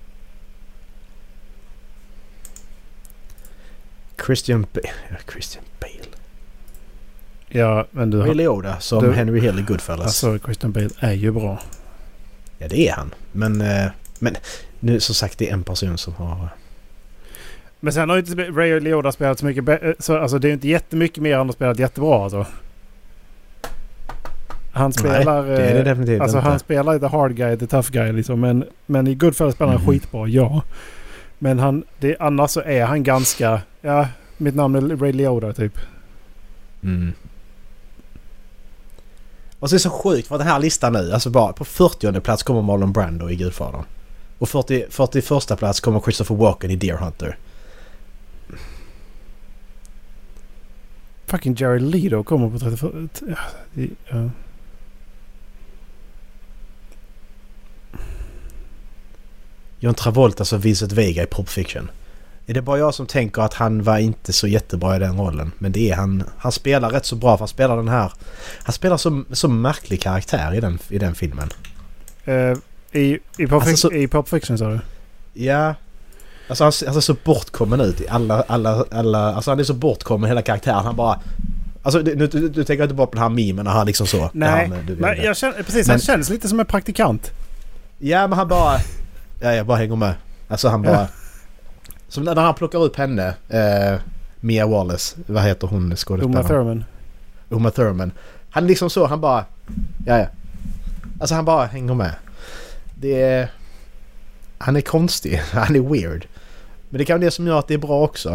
Christian Bale. Ja, men du Ray Liotta som Henry Hill i Goodfellas. Alltså Christian Bale är ju bra. Ja, det är han. Men nu som sagt det är en person som har... Men sen har ju inte Ray Liotta spelat så mycket så alltså det är ju inte jättemycket mer han har spelat jättebra alltså. Han spelar... Nej, det är det definitivt alltså inte. Han spelar the hard guy, the tough guy liksom. Men i Goodfellas spelar han skitbra, ja. Men annars så är han ganska... Ja, mitt namn är Ray Liotta typ. Och så är det så sjukt för den här listan nu. Alltså bara på 40:e plats kommer Marlon Brando i Gudfadern. Och 41:a plats kommer Christopher Walken i Deer Hunter. Fucking Jerry Leto kommer på 34. Ja. John Travolta som Vincent Vega i Pulp Fiction. Är det bara jag som tänker att han var inte så jättebra i den rollen? Men det är han. Han spelar rätt så bra för han spelar den här. Han spelar så märklig karaktär i den filmen. I Pulp Fiction sa du? Ja. Alltså han ser så bortkommen ut i alla alltså han är så bortkommen hela karaktären. Han bara... Alltså du tänker inte bara på den här memen när han liksom så... Nej, men jag känner, precis. Han känns lite som en praktikant. Ja, men han bara... Ja, jag bara hänger med. Alltså han bara... Som när han plockar upp henne, Mia Wallace, vad heter hon skådespelaren? Uma Thurman. Han liksom så, han bara... Ja. Alltså han bara hänger med. Han är konstig, han är weird. Men det kan vara det som gör att det är bra också.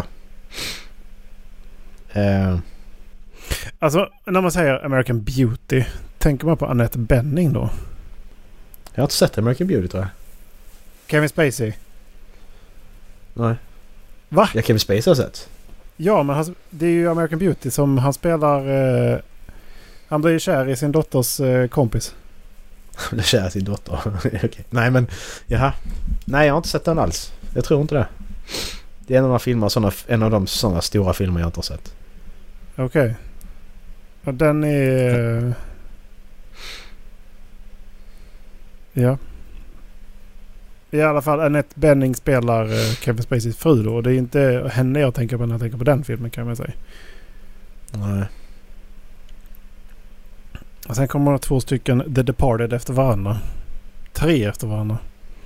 Alltså, när man säger American Beauty, tänker man på Annette Bening då? Jag har inte sett American Beauty, tror jag. Kevin Spacey? Nej. Va? Ja, Kevin Spacey har sett. Ja, men det är ju American Beauty som han spelar... han blir ju kär i sin dotters kompis. Han blir kär i sin dotter? Okay. Nej, men... Jaha. Nej, jag har inte sett den alls. Jag tror inte det. Det är en av de sådana stora filmer jag inte har sett. Okej. Och den är... Ja. I alla fall Annette Bening spelar Kevin Spaceys fru då. Och det är inte henne jag tänker på när jag tänker på den filmen, kan man säga. Nej. Och sen kommer det 2 stycken The Departed efter varandra. 3 efter varandra.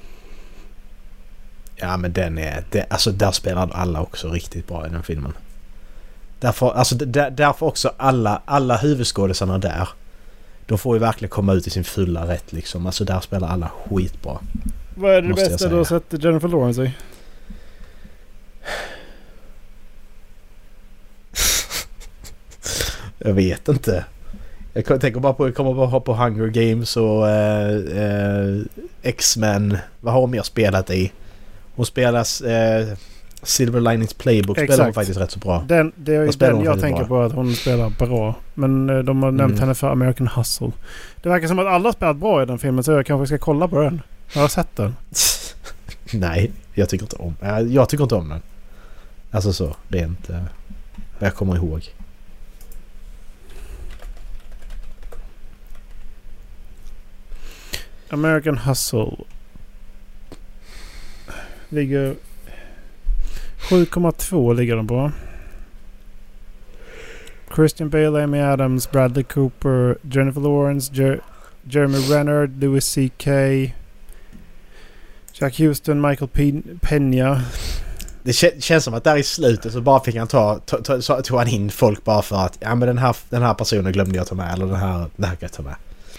Ja, men alltså där spelar alla också riktigt bra i den filmen. Därför också alla huvudskådespelarna där. De får ju verkligen komma ut i sin fulla rätt liksom. Alltså där spelar alla skitbra. Vad är det bästa du har sett Jennifer Lawrence i? Jag vet inte. Jag kommer bara på Hunger Games och X-Men. Vad har hon mer spelat i? Hon spelas Silver Linings Playbook. Spelar hon faktiskt rätt så bra. Det är den jag tänker på, att hon spelar bra. Men de har nämnt henne för American Hustle. Det verkar som att alla har spelat bra i den filmen, så jag kanske ska kolla på den. Jag har sett den. Nej, jag tycker inte om den. Alltså så, det är inte vad jag kommer ihåg. American Hustle ligger 7,2 ligger de på. Christian Bale, Amy Adams, Bradley Cooper, Jennifer Lawrence, Jeremy Renner, Louis C.K., Jack Houston, Michael Peña. Det känns som att där i slutet så bara fick han tog han in folk bara för att ja, men den här personen glömde jag ta med, eller den här kan jag ta med.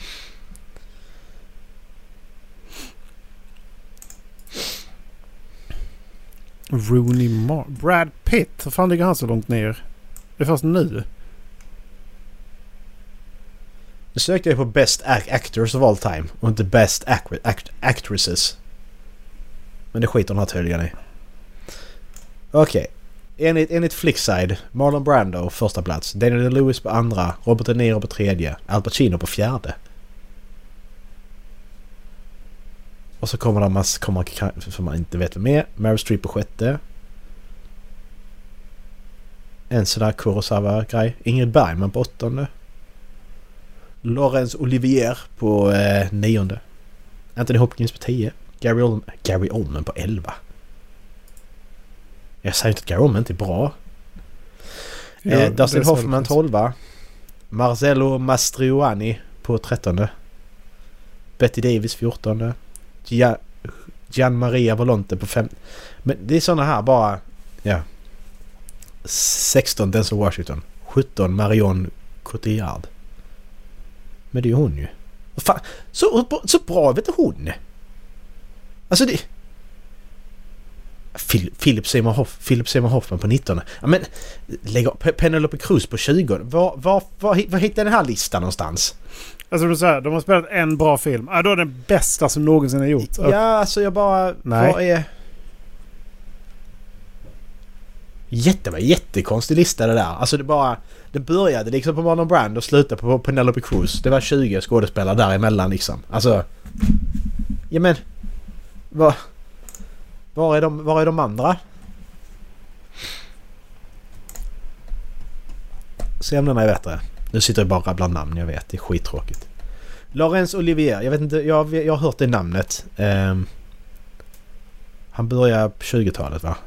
Rooney Mara. Brad Pitt. Hur fan ligger han så långt ner? Det är först nu. Nu sökte jag på Best Actors of All Time och inte Best Actresses. Men det skiter hon tydligen i. Okej. Enligt Flickside, Marlon Brando första plats, Daniel Lewis på andra, Robert De Niro på tredje, Al Pacino på fjärde. Och så kommer de som man inte vet vem är. Meryl Streep på sjätte. En sån där Kurosawa-grej. Ingrid Bergman på åttonde. Laurence Olivier på nionde. Anthony Hopkins på 10. Gary Oldman på 11. Jag säger inte att Gary Oldman inte är bra. Ja, Dustin Hoffman 12. Marcello Mastroianni på 13. Betty Davis 14. Gian Maria Volonte på 5. Men det är såna här bara. Ja. 16 Denzel Washington. 17 Marion Cotillard. Men det är ju hon ju. Fan, så bra vet du hon. Alltså det Philip Seymour Hoffman på 19. Ja, men lägg Penelope Cruz på 20. Var hittar den här listan någonstans? Alltså du säger, de har spelat en bra film. Då är den bästa som någonsin har gjort. Ja, alltså jag bara... Nej. Vad är... Jättekonstig lista det där. Alltså det började liksom på Marlon Brando och slutade på Penelope Cruz. Det var 20 skådespelare däremellan liksom. Alltså... Ja men... Var är de andra? Se om den är bättre. Nu sitter jag bara bland namn, jag vet. Det är skittråkigt. Laurence Olivier. Jag vet inte, jag har hört det namnet. Han börjar på 20-talet, va?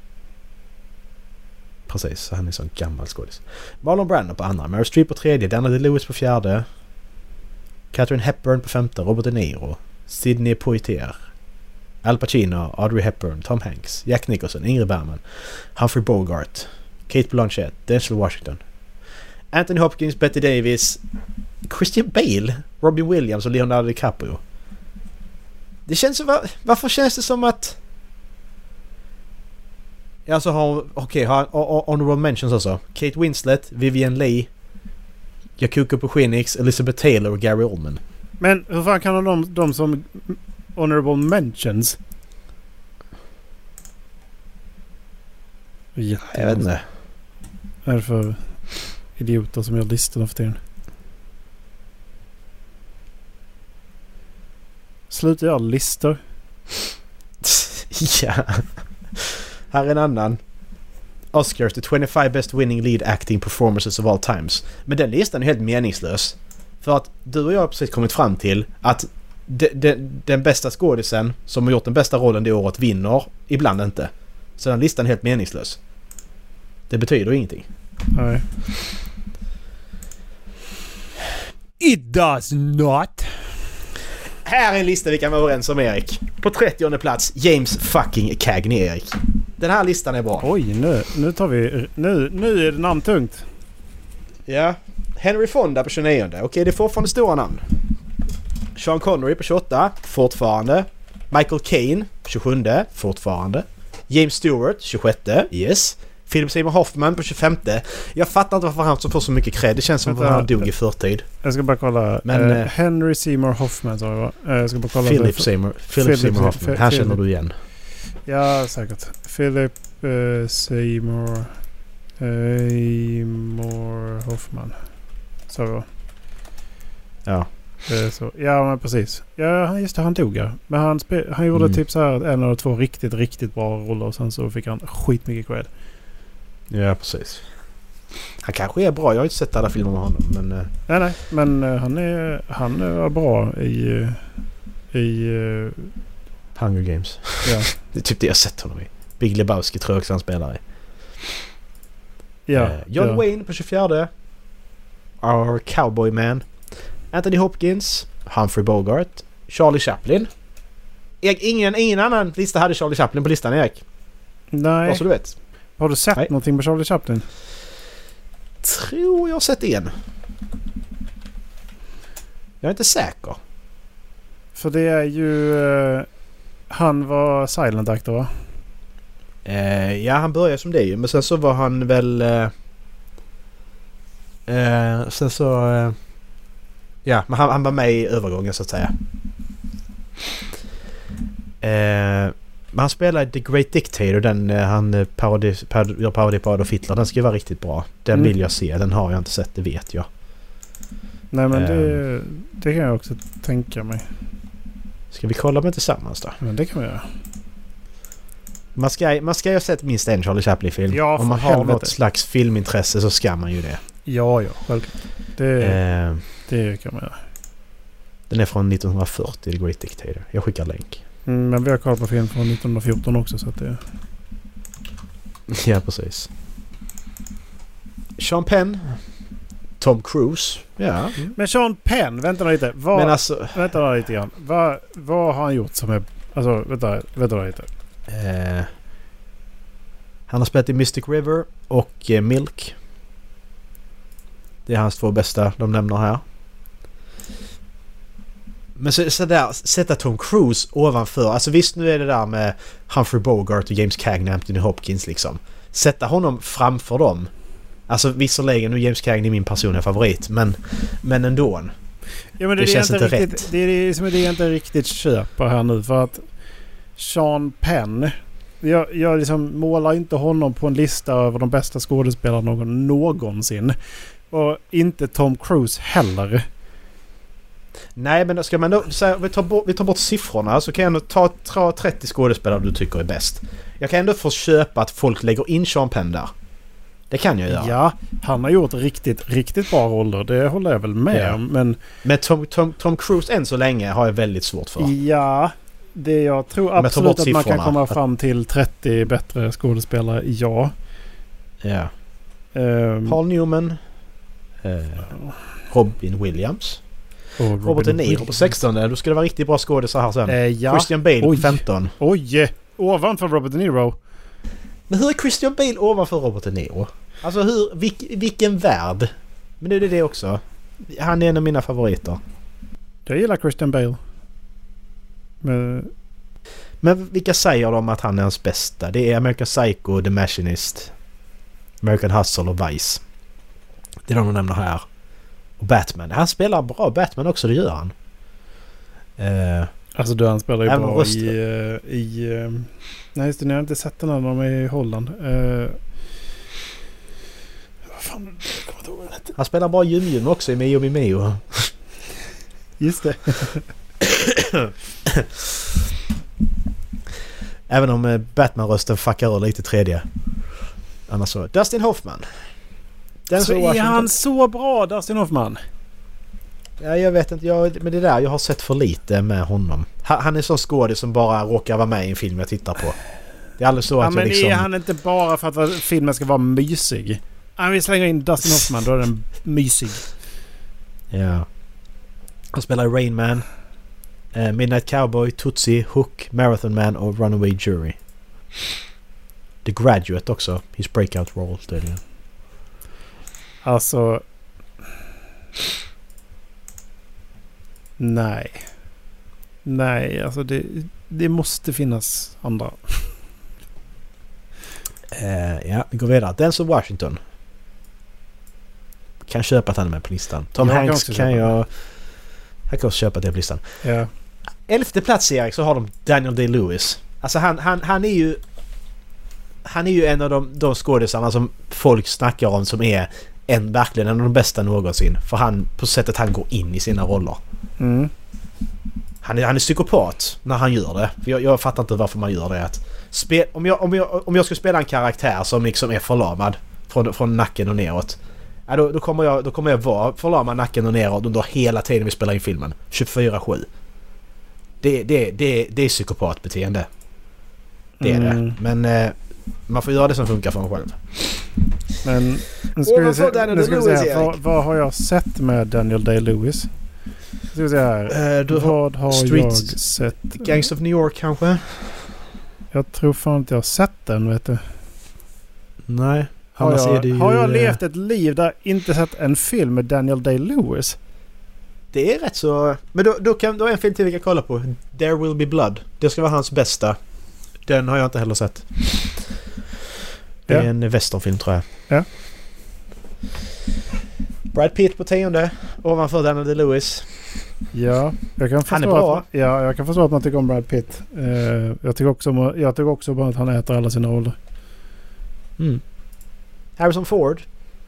Precis, han är sån gammal skådis. Marlon Brando på andra. Meryl Streep på tredje. Daniel Lewis på fjärde. Katharine Hepburn på femte. Robert De Niro. Sidney Poitier. Al Pacino. Audrey Hepburn. Tom Hanks. Jack Nicholson. Ingrid Bergman. Humphrey Bogart. Cate Blanchett. Denzel Washington. Anthony Hopkins. Betty Davis. Christian Bale. Robin Williams och Leonardo DiCaprio. Det känns så... Varför känns det som att... Alltså har honorable mentions också. Kate Winslet, Vivien Leigh, Jakuko Puchinix, Elizabeth Taylor och Gary Oldman. Men hur fan kan de som honorable mentions? Jag vet inte. Vad är det för idioter som gör listorna för tiden? Sluta göra listor. Ja. Här är en annan. Oscars, the 25 best winning lead acting performances of all times. Men den listan är helt meningslös. För att du och jag har precis kommit fram till att den bästa skådisen som har gjort den bästa rollen det året vinner, ibland inte. Så den listan är helt meningslös. Det betyder ingenting. Nej. It does not. Här är en lista vi kan vara överens om, Erik. På 30:e plats, James fucking Cagney, Erik. Den här listan är bra. Oj, nu tar vi... Nu är det namntungt. Ja. Henry Fonda på 29. Okej, det är fortfarande stora namn. Sean Connery på 28. Fortfarande. Michael Caine 27. Fortfarande. James Stewart 26. Yes. Philip Seymour Hoffman på 25. Jag fattar inte varför han får så mycket cred. Det känns som att han dog i förtid. Jag ska bara kolla. Men, Henry Seymour Hoffman sa jag. Jag ska bara kolla. Philip Seymour Hoffman. Här känner du igen. Ja, säkert. Philip Seymour Hoffman. Så var. Ja. Så. Ja, men precis. Ja, just det. Han dog ja. Men han gjorde typ så här en eller två riktigt, riktigt bra roller och sen så fick han skitmycket cred. Ja, precis. Han kanske är bra. Jag har inte sett alla filmer med honom. Men, nej. Men han är bra i Hunger Games. Ja. Det är typ det jag har sett honom i. Big Lebowski tror jag också han spelar i. Ja. John Wayne på 24. Our Cowboy Man. Anthony Hopkins. Humphrey Bogart. Charlie Chaplin. Ingen annan lista hade Charlie Chaplin på listan, Erik. Nej. Bara så du vet. Har du sett någonting på Charlie Chaplin? Tror jag har sett en. Jag är inte säker. För det är ju... han var silent actor, va? Ja, han började som det ju. Men sen så var han väl... sen så... ja, men han var med i övergången så att säga. Men han spelar The Great Dictator. Den han gör parodi på Adolf Hitler. Den ska ju vara riktigt bra. Den vill jag se. Den har jag inte sett, det vet jag. Nej, men det kan jag också tänka mig. Ska vi kolla med tillsammans då? Men det kan vi göra. Man ska ju ha sett minst en Charlie Chaplin-film. Ja, om man har något slags filmintresse så ska man ju det. Ja, självklart. Det kan man göra. Den är från 1940, The Great Dictator. Jag skickar länk. Men vi har kollat på film från 1914 också så att det... Ja, precis. Sean Penn. Tom Cruise. Ja. Men Sean Penn, vänta lite. Vänta lite grann. Vad har han gjort som är... Alltså, vänta lite. Han har spelat i Mystic River och Milk. Det är hans två bästa de nämner här. Men så där, sätta Tom Cruise ovanför. Alltså visst, nu är det där med Humphrey Bogart och James Cagney, Anthony Hopkins liksom. Sätta honom framför dem. Alltså visserligen, nu James Cagney är min personliga favorit, men ändå. Ja, men det känns inte rätt. Det är som det inte riktigt köper här nu, för att Sean Penn, jag liksom målar inte honom på en lista över de bästa skådespelarna någonsin. Och inte Tom Cruise heller. Nej, men ska man då säga, vi tar bort siffrorna, så kan jag ändå ta 30 skådespelare du tycker är bäst. Jag kan ändå få köpa att folk lägger in Sean Penn där. Det kan jag göra. Ja, han har gjort riktigt, riktigt bra roller. Det håller jag väl med om. Men Tom Cruise än så länge har jag väldigt svårt för. Ja, det jag tror absolut att man kan komma fram till 30 bättre skådespelare. Ja. Ja. Paul Newman. Robin Williams. Robert De Niro på 16. Då ska det vara riktigt bra skådespelare här sen. Ja. Christian Bale på 15. Oj, ovanför Robert De Niro. Men hur är Christian Bale ovanför Robert De Niro? Alltså vilken värld. Men nu är det också. Han är en av mina favoriter. Jag gillar Christian Bale. Men vilka säger de att han är hans bästa? Det är American Psycho, The Machinist, American Hustle och Vice. Det är de nämner här. Och Batman. Han spelar bra Batman också, det gör han. Alltså han spelar ju bra i nej just det, ni har inte sett den när de är i Holland. Vad fan, jag kommer inte ihåg det. Han spelar bra Jum också i Mio Mio. Just det. Även om Batman-rösten fuckar ur lite tredje. Annars så. Dustin Hoffman. Så är han så bra, Dustin Hoffman? Ja, jag vet inte. Men det där, jag har sett för lite med honom. Han är sån skådis som bara råkar vara med i en film jag tittar på. Det är aldrig så att men jag liksom... är han inte bara för att filmen ska vara mysig? Vi slänger in Dustin Hoffman, då är den mysig. Ja. Han spelar i Rain Man, Midnight Cowboy, Tootsie, Hook, Marathon Man och Runaway Jury. The Graduate också. His breakout role. Alltså... Nej, alltså det måste finnas andra. Ja, vi går vidare. Denzel Washington. Kan köpa att han är med på listan. Tom Hanks kan jag också köpa det på listan. Ja. 11:e plats, Erik, så har de Daniel Day-Lewis. Alltså han är ju en av de skådisarna som folk snackar om som är verkligen en av de bästa någonsin. För på sättet han går in i sina roller. Mm. Han är psykopat när han gör det. För jag fattar inte varför man gör det. Om jag ska spela en karaktär som liksom är förlamad från nacken och neråt. Ja, då kommer jag vara förlamad nacken och neråt under hela tiden vi spelar in filmen. 24/7. Det är psykopatbeteende. Det är det. Men man får göra det som funkar för en själv. Men nu ska vi se vad har jag sett med Daniel Day-Lewis? Ska vi se här. Vad har jag sett? Gangs of New York kanske? Jag tror fan inte jag har sett den, vet du. Nej. Har jag levt ett liv där inte sett en film med Daniel Day-Lewis? Det är rätt så... Men då är en film till vi kan kolla på. There Will Be Blood. Det ska vara hans bästa. Den har jag inte heller sett. Det är en westernfilm, tror jag. Ja. Brad Pitt på 10:e. Ovanför Daniel Day-Lewis. Ja, jag kan förstå. Han är bra. Jag kan förstå att man tycker om Brad Pitt. Jag tycker också bara att han äter alla sina roller. Mm. Harrison Ford.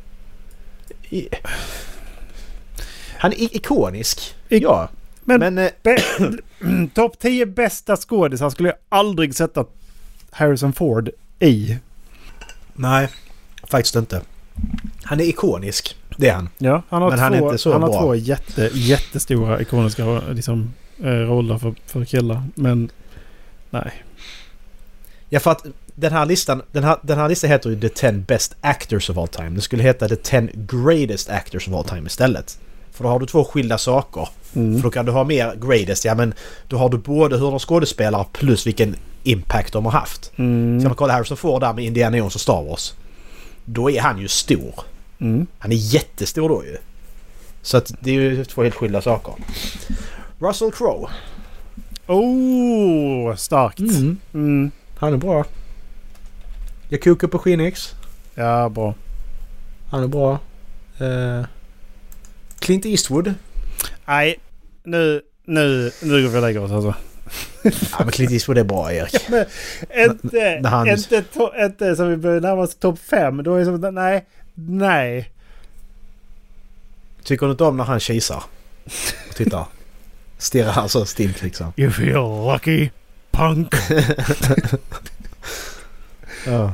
Han är ikonisk. Ja. Men topp 10 bästa skådisar skulle jag aldrig sätta Harrison Ford i. Nej, faktiskt inte. Han är ikonisk. Det är han. Ja, han har bra. två jättestora ikoniska liksom, roller för killar. Men nej. Ja, för att den här listan heter ju The 10 Best Actors of All Time. Det skulle heta The 10 Greatest Actors of All Time istället. För då har du två skilda saker. För då kan du ha mer greatest. Ja, men då har du både hur de skådespelar plus vilken impact de har haft. Ska man kolla Harrison Ford där med Indiana Jones och Star Wars. Då är han ju stor. Han är jättestor då ju. Så att det är ju två helt skilda saker. Russell Crowe. Starkt. Han är bra. Jag kokar på Skinix. Ja, bra. Han är bra. Clint Eastwood. Nej, nu går vi och lägger oss alltså. Ja, men Clint Eastwood är bra, Erik. Men inte som vi börjar närma oss topp 5. Då är det som, nej. Tycker du inte om när han kisar? Titta. Stirrar han så stint liksom. You feel lucky, punk. Ja.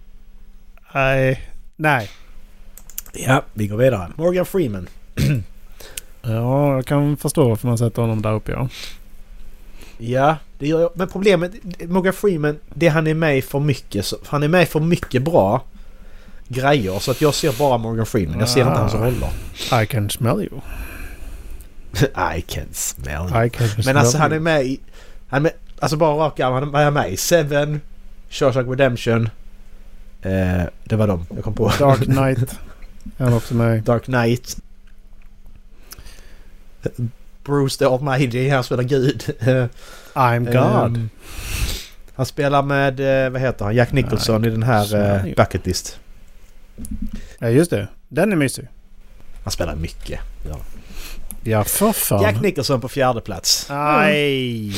Nej. Ja, vi går vidare. Morgan Freeman. Ja, jag kan förstå varför man sätter honom där uppe, ja. Ja, det gör jag. Men problemet, Morgan Freeman, det han är med för mycket. Han är med för mycket bra grejer. Så att jag ser bara Morgan Freeman. Jag ser inte hans roller. I can smell you. I can smell you. Men alltså han är med i... alltså bara raka han är med i Seven, Shawshank Redemption. Det var dem jag kom på. Dark Knight. Han också med. Dark Knight. Bruce the Almighty, han spelar Gud. I'm God. Han spelar med, vad heter han? Jack Nicholson i den här Bucket List. Ja, just det. Den är mysig. Han spelar mycket. Ja, för fan. Jack Nicholson på 4:e plats. Nej.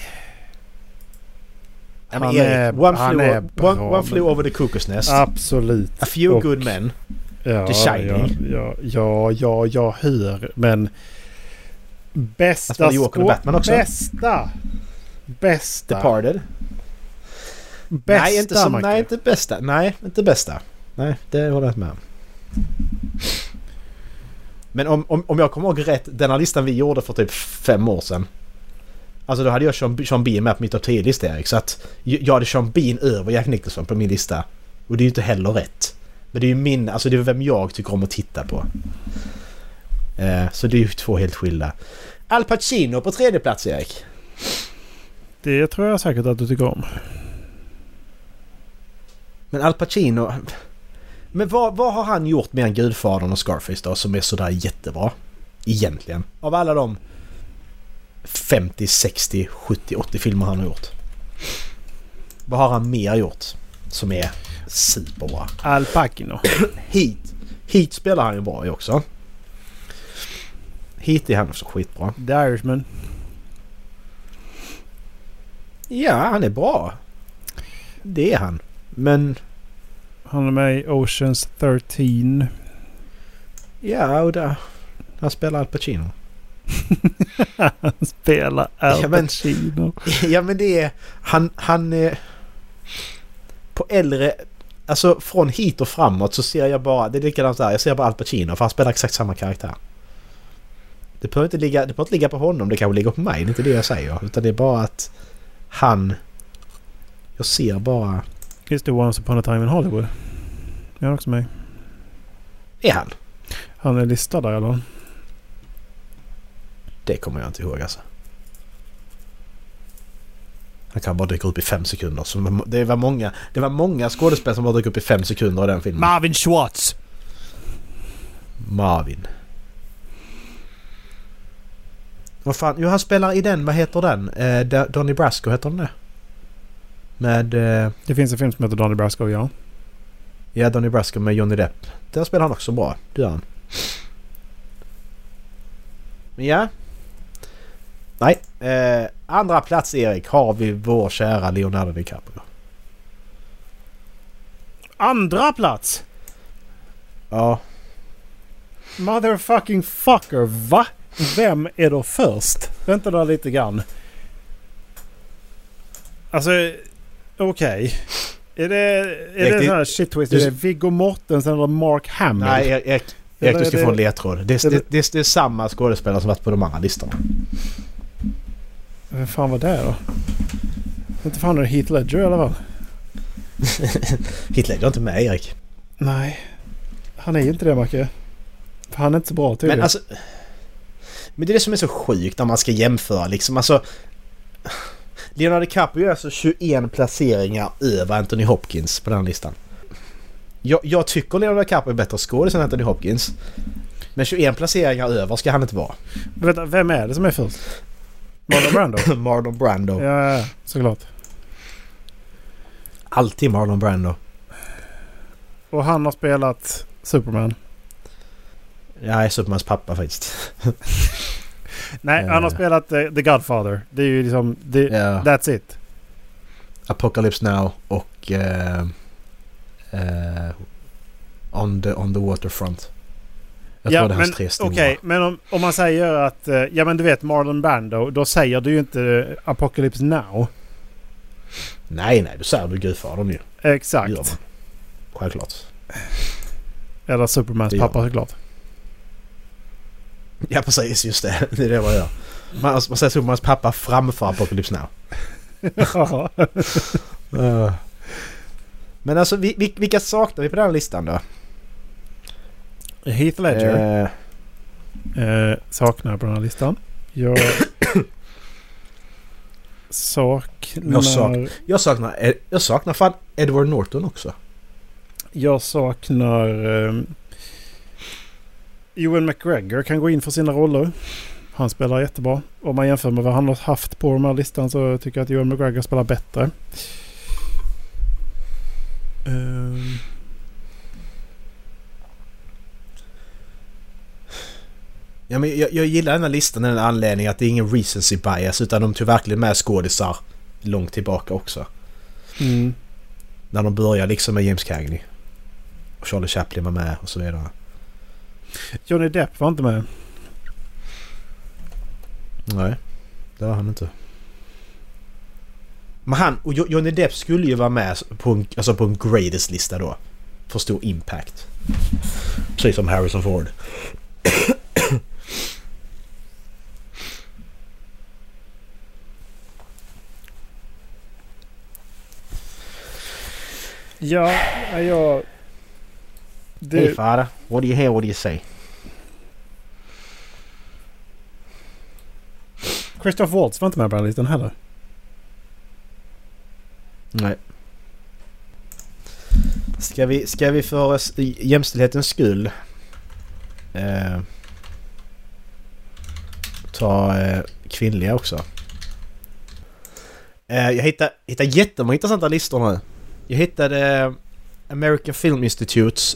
One Flew Over the Cuckoo's Nest. Absolut. A Few Good Men. Ja, The Shining. Ja, jag hör. Men bästa Batman också. Bästa. Departed. Bästa. Nej, inte bästa. Nej, det håller jag inte med. Men om jag kommer ihåg rätt, den här listan vi gjorde för typ 5 år sedan. Alltså då hade jag Sean Bean med på mitt av 10-lista, Erik. Så att jag hade Sean Bean över Jack Nicholson på min lista. Och det är ju inte heller rätt. Men det är ju alltså det är vem jag tycker om att titta på. Så det är ju 2 helt skilda. Al Pacino på 3:e plats, Erik. Det tror jag säkert att du tycker om. Men Al Pacino... Men vad har han gjort med en Gudfadern och Scarface då som är sådär jättebra? Egentligen. Av alla de 50, 60, 70, 80 filmer han har gjort. Vad har han mer gjort som är superbra? Al Pacino. Heat spelar han ju bra i också. Heat är han också skitbra. The Irishman. Ja, han är bra. Det är han. Men... Han är med i Oceans 13. Ja, och där. Han spelar Al Pacino. Han spelar Al Pacino. Ja, men det är... Han är... På äldre... Alltså från hit och framåt så ser jag bara... Det är likadant där. Jag ser bara Al Pacino för han spelar exakt samma karaktär. Det behöver inte ligga på honom. Det kan ligga på mig. Det är inte det jag säger. Utan det är bara att han... Jag ser bara... Just det, Once upon a time in Hollywood. Jag är också med. Är han? Han är listad där, eller? Det kommer jag inte ihåg, alltså. Han kan bara dyka upp i 5 sekunder. Så det var många skådespelare som bara dyker upp i 5 sekunder i den filmen. Marvin Schwartz! Marvin. Vad fan? Jo, han spelar i den. Vad heter den? Donnie Brasco heter den det? Med... Det finns en film som heter Donnie Brasco, ja. Ja, Donnie Brasco med Johnny Depp. Där spelar han också bra. Det gör han. Men ja. Nej. Andra plats, Erik, har vi vår kära Leonardo DiCaprio. Andra plats? Ja. Motherfucking fucker, va? Vem är då först? Vänta då lite grann. Alltså, okej. Är det sån här shit twist? Är det Viggo Mortensen eller Mark Hamill? Nej, Erik, du ska få en ledtråd. Det är samma skådespelare som varit på de andra listorna. Vem fan var det då? Inte fan är det Heath Ledger i alla fall. Heath Ledger är inte med, Erik. Nej. Han är ju inte det, Macke. För han är inte så bra tydligen. Men det är det som är så sjukt när man ska jämföra liksom. Alltså, Leonardo DiCaprio är alltså 21 placeringar över Anthony Hopkins på den listan. Jag tycker Leonardo DiCaprio är bättre skådis än Anthony Hopkins. Men 21 placeringar över ska han inte vara. Vänta, vem är det som är först? Marlon Brando? Marlon Brando. Ja, såklart. Alltid Marlon Brando. Och han har spelat Superman. Jag är Supermans pappa faktiskt. Nej, han har spelat The Godfather. Det är ju liksom... That's it. Apocalypse Now och on the Waterfront. Jag tror det är hans 3 stora. Okej, men om man säger att... ja, men du vet Marlon Brando. Då säger du ju inte Apocalypse Now. Nej, du säger du Gudfadern ju. Exakt. Självklart. Eller Supermans pappa såklart. Ja, precis, just det. Det är det man gör. Man säger Supermans pappa framför Apocalypse Now. Men alltså, vilka saknar vi på den här listan då? Heath Ledger saknar på den här listan. Jag saknar fan Edward Norton också. Jag saknar Ewan McGregor kan gå in för sina roller. Han spelar jättebra. Om man jämför med vad han har haft på den här listan så tycker jag att Ewan McGregor spelar bättre. Ja, men jag gillar den här listan av den anledningen att det är ingen recency bias utan de tog verkligen med skådisar långt tillbaka också. Mm. När de börjar liksom med James Cagney. Och Charlie Chaplin var med och så vidare. Johnny Depp var inte med. Nej, det var han inte. Men Johnny Depp skulle ju vara med på en greatest-lista då. För stor impact. Precis som Harrison Ford. Ja, jag... Hey father, what do you hear, what do you say? Christoph Waltz var inte med på den listan heller. Nej. Ska vi för jämställdhetens skull ta kvinnliga också? Jag hittade jättemånga intressanta listor nu. Jag hittade American Film Institutes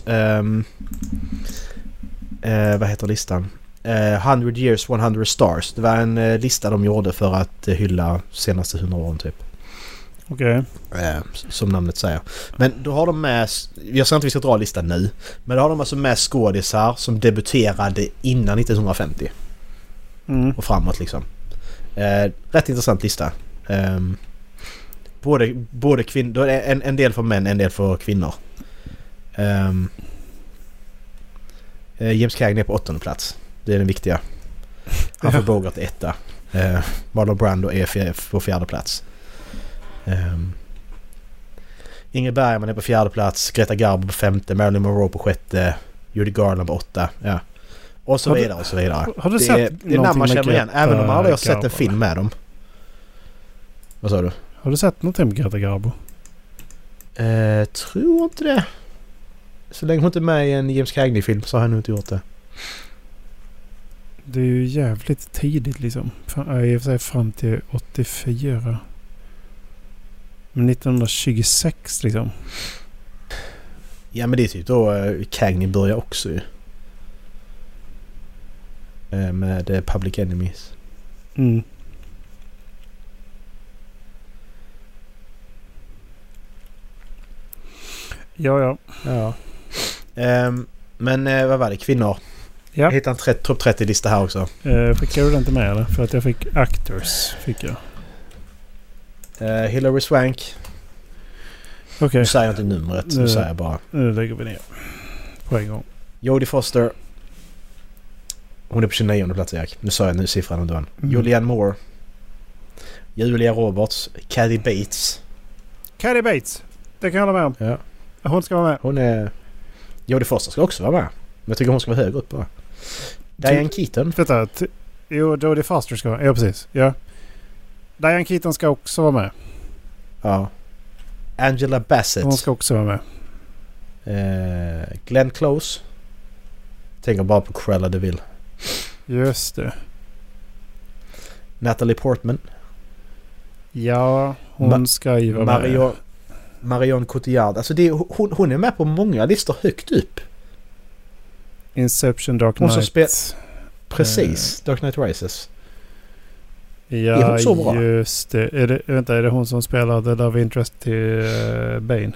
vad heter listan? 100 Years, 100 Stars. Det var en lista de gjorde för att hylla senaste 100 åren typ. Okej. Som namnet säger. Men då har de med, jag sa inte vi ska dra listan nu, men då har de alltså med skådisar som debuterade innan 1950 och framåt liksom. Rätt intressant lista. Både kvinnor, en del för män, en del för kvinnor. James Cagney är på 8:e plats. Det är den viktiga. Han får Bogart 1. Marlon Brando är på 4:e plats. Ingrid Bergman är på 4:e plats, Greta Garbo på 5:e, Marilyn Monroe på 6:e, Judy Garland på 8:e. Ja. Och så vidare och så vidare. Har du sett det är namn man känner igen, även om man aldrig har sett en film med dem. Vad sa du? Har du sett någonting med Greta Garbo? Tror inte det. Så länge hon inte är med i en James Cagney-film så har jag nog inte gjort det. Det är ju jävligt tidigt liksom. I och för sig fram till 84. Men 1926 liksom. Ja, men det är typ då Cagney börjar också ju. Med Public Enemies. Mm. Ja. Men vad var det? Kvinnor. Ja. Jag hittade en topp 30-lista här också. Skickade du inte med eller? För att jag fick Actors. Fick jag. Hilary Swank. Okej. Nu säger jag inte numret. Nu säger jag bara. Nu lägger vi ner. På en gång. Jodie Foster. Hon är på 29:e plats, Erik. Nu sa jag nu siffran om dagen. Julianne Moore. Julia Roberts. Kathy Bates. Kathy Bates. Det kan jag hålla med om. Ja. Hon ska vara med. Hon är... Jodie Foster ska också vara med. Men jag tycker hon ska vara högre upp bara. Diane Keaton. Vänta. Jodie Foster ska vara med. Ja, precis. Ja. Diane Keaton ska också vara med. Ja. Angela Bassett. Hon ska också vara med. Glenn Close. Tänker bara på Cruella de Vil. Just det. Natalie Portman. Ja, hon ska ju vara med. Marion Cotillard. Alltså hon är med på många listor högt upp. Inception, Dark Knight. Precis. Dark Knight Rises. Ja, är hon så bra? Just det. Är det hon som spelar The Love Interest till Bane?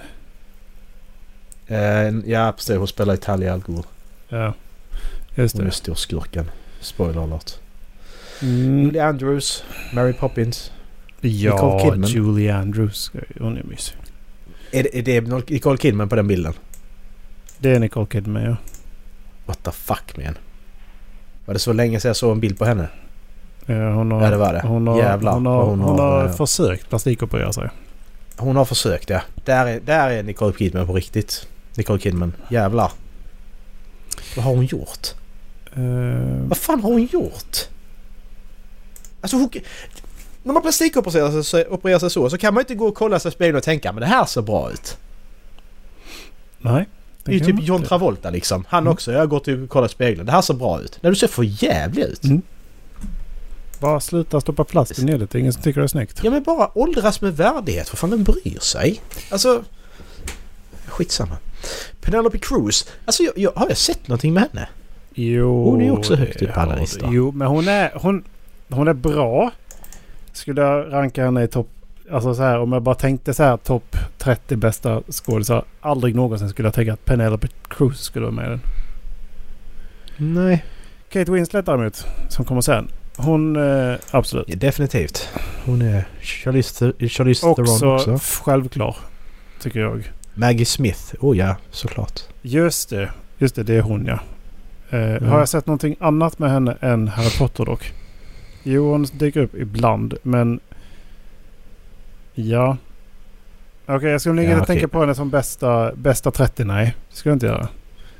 Ja, precis. Hon spelar i Talia al Ghul. Ja, just det. Hon är stor skurken. Spoiler alert. Julie Andrews. Mary Poppins. Ja, Julie Andrews. Hon är mysig. Är det Nicole Kidman på den bilden? Det är Nicole Kidman, ja. What the fuck, man? Var det så länge sedan jag såg en bild på henne? Ja, det var det. Hon har försökt plastikoperera sig. Hon har försökt, ja. Där är Nicole Kidman på riktigt. Nicole Kidman. Jävlar. Vad har hon gjort? Vad fan har hon gjort? Alltså när man plastikopererar sig så kan man inte gå och kolla sig i spegeln och tänka men det här ser bra ut. Nej. Det är ju typ John Travolta liksom. Han också. Jag har gått och kollat spegeln. Det här ser bra ut. När du ser för jävligt ut. Bara sluta stoppa plast i nedet. Det är ingen som tycker det är snyggt. Ja, men bara åldras med värdighet. För fan, den bryr sig. Alltså... Skitsamma. Penelope Cruz. Alltså, har jag sett någonting med henne? Jo. Hon är också högt upp på alla listor. Jo, men hon är bra. Skulle jag ranka henne i topp... Alltså så här, om jag bara tänkte så här topp 30 bästa skådespelare. Aldrig någonsin skulle jag tänka att Penelope Cruz skulle vara med den. Nej. Kate Winslet däremot, som kommer sen. Hon, absolut. Ja, definitivt. Hon är Charlize Theron också. Självklar, tycker jag. Maggie Smith. Ja, såklart. Just det, det är hon, ja. Har jag sett någonting annat med henne än Harry Potter dock? Jo, hon dyker upp ibland, men ja. Okej, jag skulle inte tänka på henne som bästa 30. Nej, det skulle jag inte göra.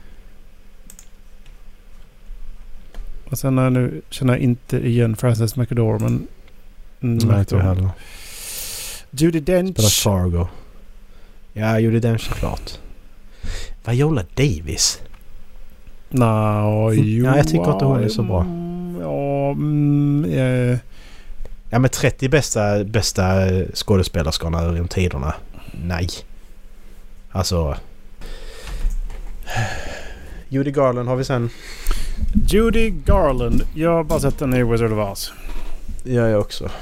Och sen nu känner jag inte igen Frances McDormand. Nej, inte heller. Judi Dench. Spelar Fargo. Ja, Judi Dench såklart. Viola Davis. Nej, jag tycker inte hon är så bra. Ja, men 30 bästa skådespelerskorna genom tiderna. Nej. Alltså... Judy Garland har vi sen. Judy Garland. Jag har bara sett den i Wizard of Oz. Ja, jag också.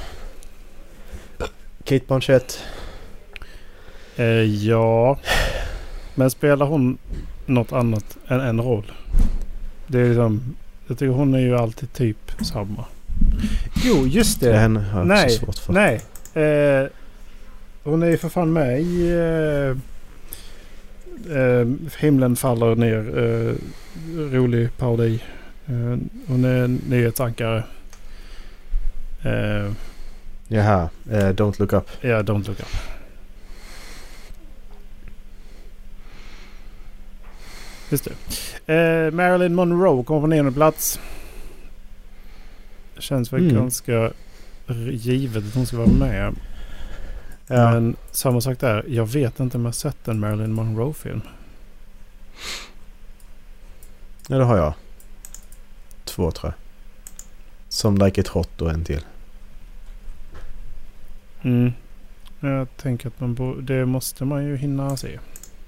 Kate Blanchett. Ja. Men spelar hon något annat än en roll? Det är liksom... Jag tycker hon är ju alltid typ samma. Jo, just det. Henne har jag så svårt för. Nej. Hon är ju för fan med i Himlen faller ner. Rolig parodi. Hon är nyhetsankare. Jaha, Don't Look Up. Ja, Don't Look Up. Just det. Marilyn Monroe kommer på 9:e plats. Känns väl ganska givet att hon ska vara med. Ja. Men samma sak där. Jag vet inte om jag sett en Marilyn Monroe-film. Ja, det har jag. 2 tror jag. Som Like It Hot och en till. Jag tänker att det måste man ju hinna se.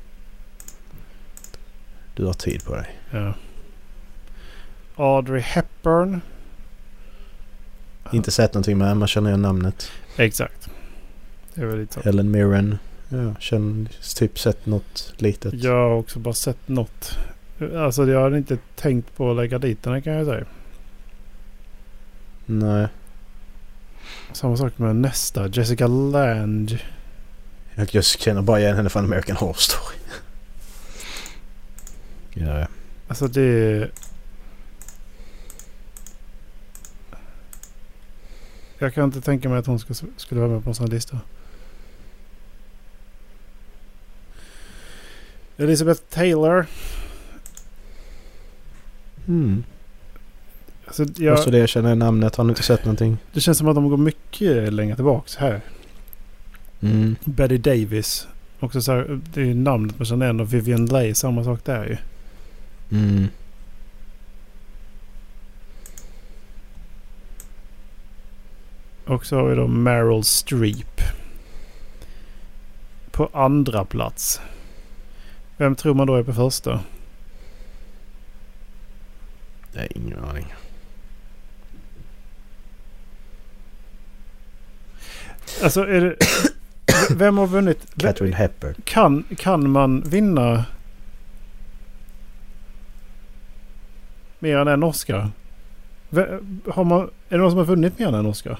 Du har tid på dig. Ja. Audrey Hepburn. Inte sett någonting med, man känner igen namnet. Exakt. Det är väl lite så. Helen Mirren. Ja, känner typ sett något litet. Jag har också bara sett något. Alltså jag hade inte tänkt på att lägga dit den, kan jag säga. Nej. Samma sak med nästa. Jessica Lange. Jag känner bara igen henne från American Horror Story. Ja. Alltså det... Jag kan inte tänka mig att hon skulle vara med på en sån här lista. Elizabeth Taylor. Alltså och det jag känner namnet, har du inte sett någonting? Det känns som att de går mycket längre tillbaks här. Betty Davis. Också så här, det är namnet man känner igen, och Vivian Leigh, samma sak där ju. Och så har vi då Meryl Streep. På andra plats. Vem tror man då är på första? Nej, ingen aning. Alltså är det... Vem har vunnit? Katharine Hepburn. Kan man vinna mer än en Oscar? Är det någon som har vunnit mer än en Oscar?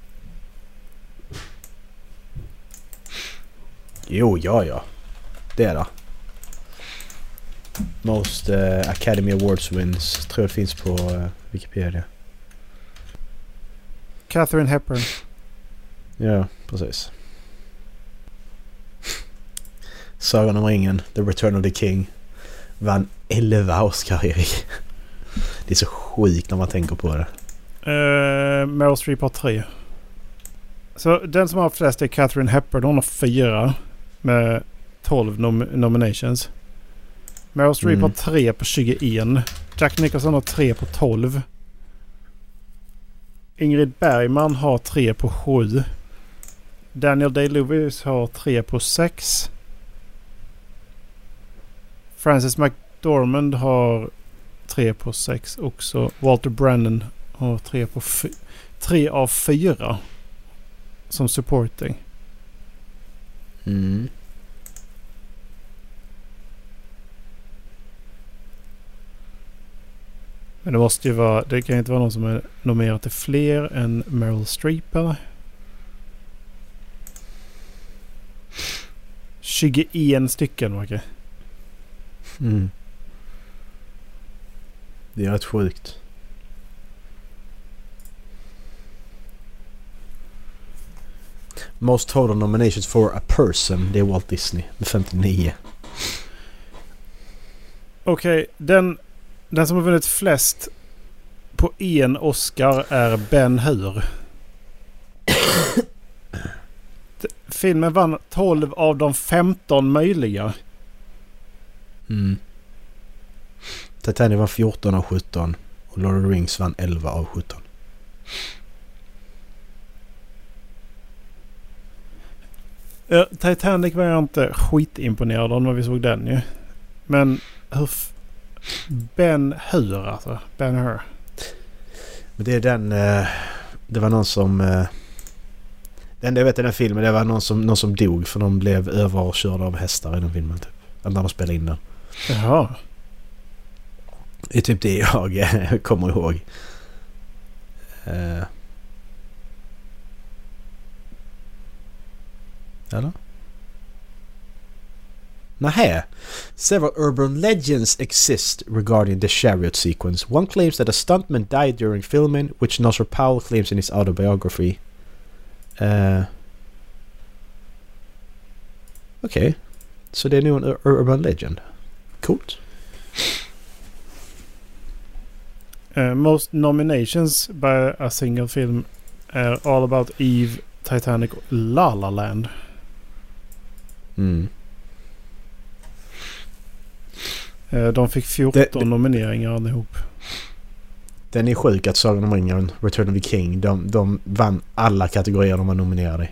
Jo, ja. Det är det. Most Academy Awards wins tror jag det finns på Wikipedia. Katharine Hepburn. Ja, precis. Sagan om ringen, The Return of the King, vann 11 Oscar, Erik. Det är så sjukt när man tänker på det. Meryl Streep har 3. Så den som har flest är Katharine Hepburn. Hon har 4 med 12 nominations. Meryl Streep har 3 på 21. Jack Nicholson har 3 på 12. Ingrid Bergman har 3 på 7. Daniel Day-Lewis har 3 på 6. Frances McDormand har 3 på 6 också. Walter Brennan har 3 av 4 som supporting. Men det måste ju vara... Det kan inte vara någon som är nominerad till fler än Meryl Streep, eller? 21 stycken, Macke. Det är rätt sjukt. Most total nominations for a person. Det är Walt Disney med 59. Okej, den som har vunnit flest på en Oscar är Ben Hur. Filmen vann 12 av de 15 möjliga. Titanic vann 14 av 17 och Lord of the Rings vann 11 av 17. Titanic var jag inte skitimponerad av när vi såg den ju. Men Ben Hur alltså. Ben Hur. Men det är den... det var någon som... den jag vet i den filmen, det var någon som dog för de blev överkörda av hästar i den filmen typ. När de spelade in den. Jaha. Det är typ det jag kommer ihåg. Eller? Nähä. Several urban legends exist regarding the chariot sequence. One claims that a stuntman died during filming, which Nasser Powell claims in his autobiography. Okej. Så det är nog en urban legend. Coolt. Most nominations by a single film are All About Eve, Titanic och La La Land. De fick 14 nomineringar allihop. Den är sjuk att Sagan om ringen, Return of the King, de vann alla kategorier de var nominerade i.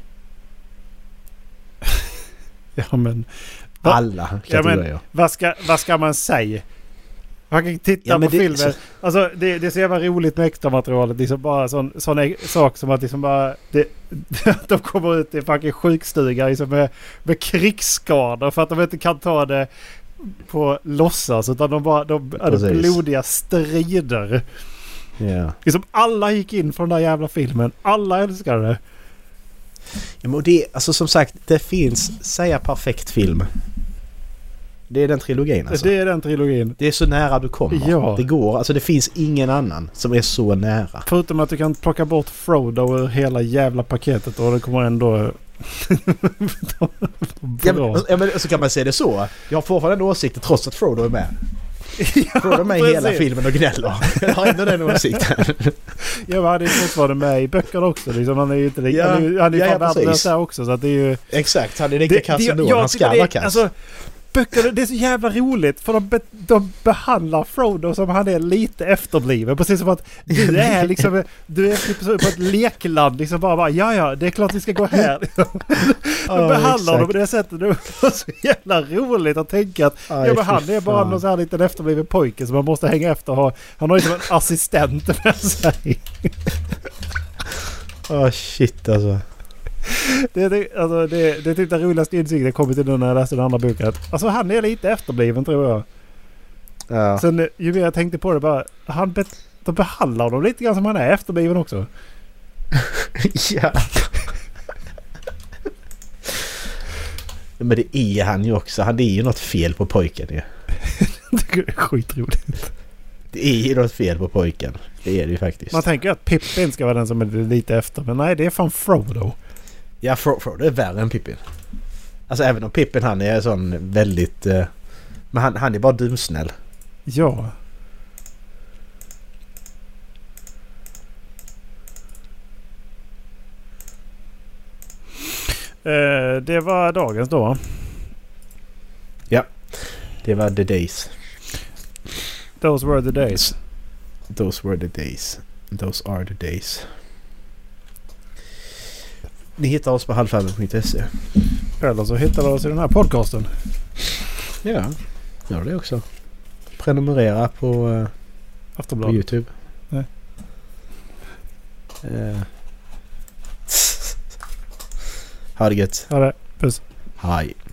Ja men... alla kategorier. Ja, men, vad ska man säga? Man kan titta på filmer. Så... Alltså det är så jävla roligt med extra materialet. Liksom bara sån sak som att liksom bara de kommer ut i fucking sjukstuga liksom med krigsskador för att de inte kan ta det på låtsas utan de hade blodiga strider. Yeah. Liksom alla gick in för den där jävla filmen. Alla älskade det. Ja, men det alltså som sagt det finns säga perfekt film. Det är den trilogin alltså. Det är den trilogin. Det är så nära du kommer. Ja. Det går. Alltså det finns ingen annan som är så nära. Förutom att du kan plocka bort Frodo ur hela jävla paketet och det kommer ändå... ja, men så kan man säga det så. Jag har fortfarande åsikter trots att Frodo är med. Frodo är med i hela filmen och gnäller. Jag har ändå den åsikten. Ja, men han är fortfarande med i böckerna också. Liksom. Han är ju inte han är fan värdelös där också. Så att det är ju... Exakt, han är lika kass ändå. Han ska vara kass. Alltså, böckerna, det är så jävla roligt för de behandlar Frodo som han är lite efterbliven. Precis som att du är liksom du är på ett lekland liksom bara ja, det är klart vi ska gå här. De behandlar dem på det sättet. Det är så jävla roligt att tänka att men han är bara någon så här liten efterbliven pojke som man måste hänga efter. Han har ju som en assistent med sig. Shit alltså. Det är typ den roligaste insikten kommit till nu när jag läste den andra boken. Alltså han är lite efterbliven tror jag. Ja. Sen ju mer jag tänkte på det bara de behandlar honom lite grann som han är efterbliven också. Ja. Men det är han ju också. Det är ju något fel på pojken ju. Det är skitroligt. Det är ju något fel på pojken. Det är det ju faktiskt. Man tänker att Pippin ska vara den som är lite efter. Men nej, det är fan Frodo. Ja, Frodo är värre än Pippin. Alltså även om Pippin han är sån väldigt... men han är bara dumsnäll. Ja. Det var dagens då. Ja. Det var the days. Those were the days. Those were the days. Those are the days. Ni hittar oss på halvfabrik.se. Eller så hittar du oss i den här podcasten. Ja, gör det också. Prenumerera på Aftonbladet. På YouTube. Nej. Ha det gött. Ha det. Puss. Hej.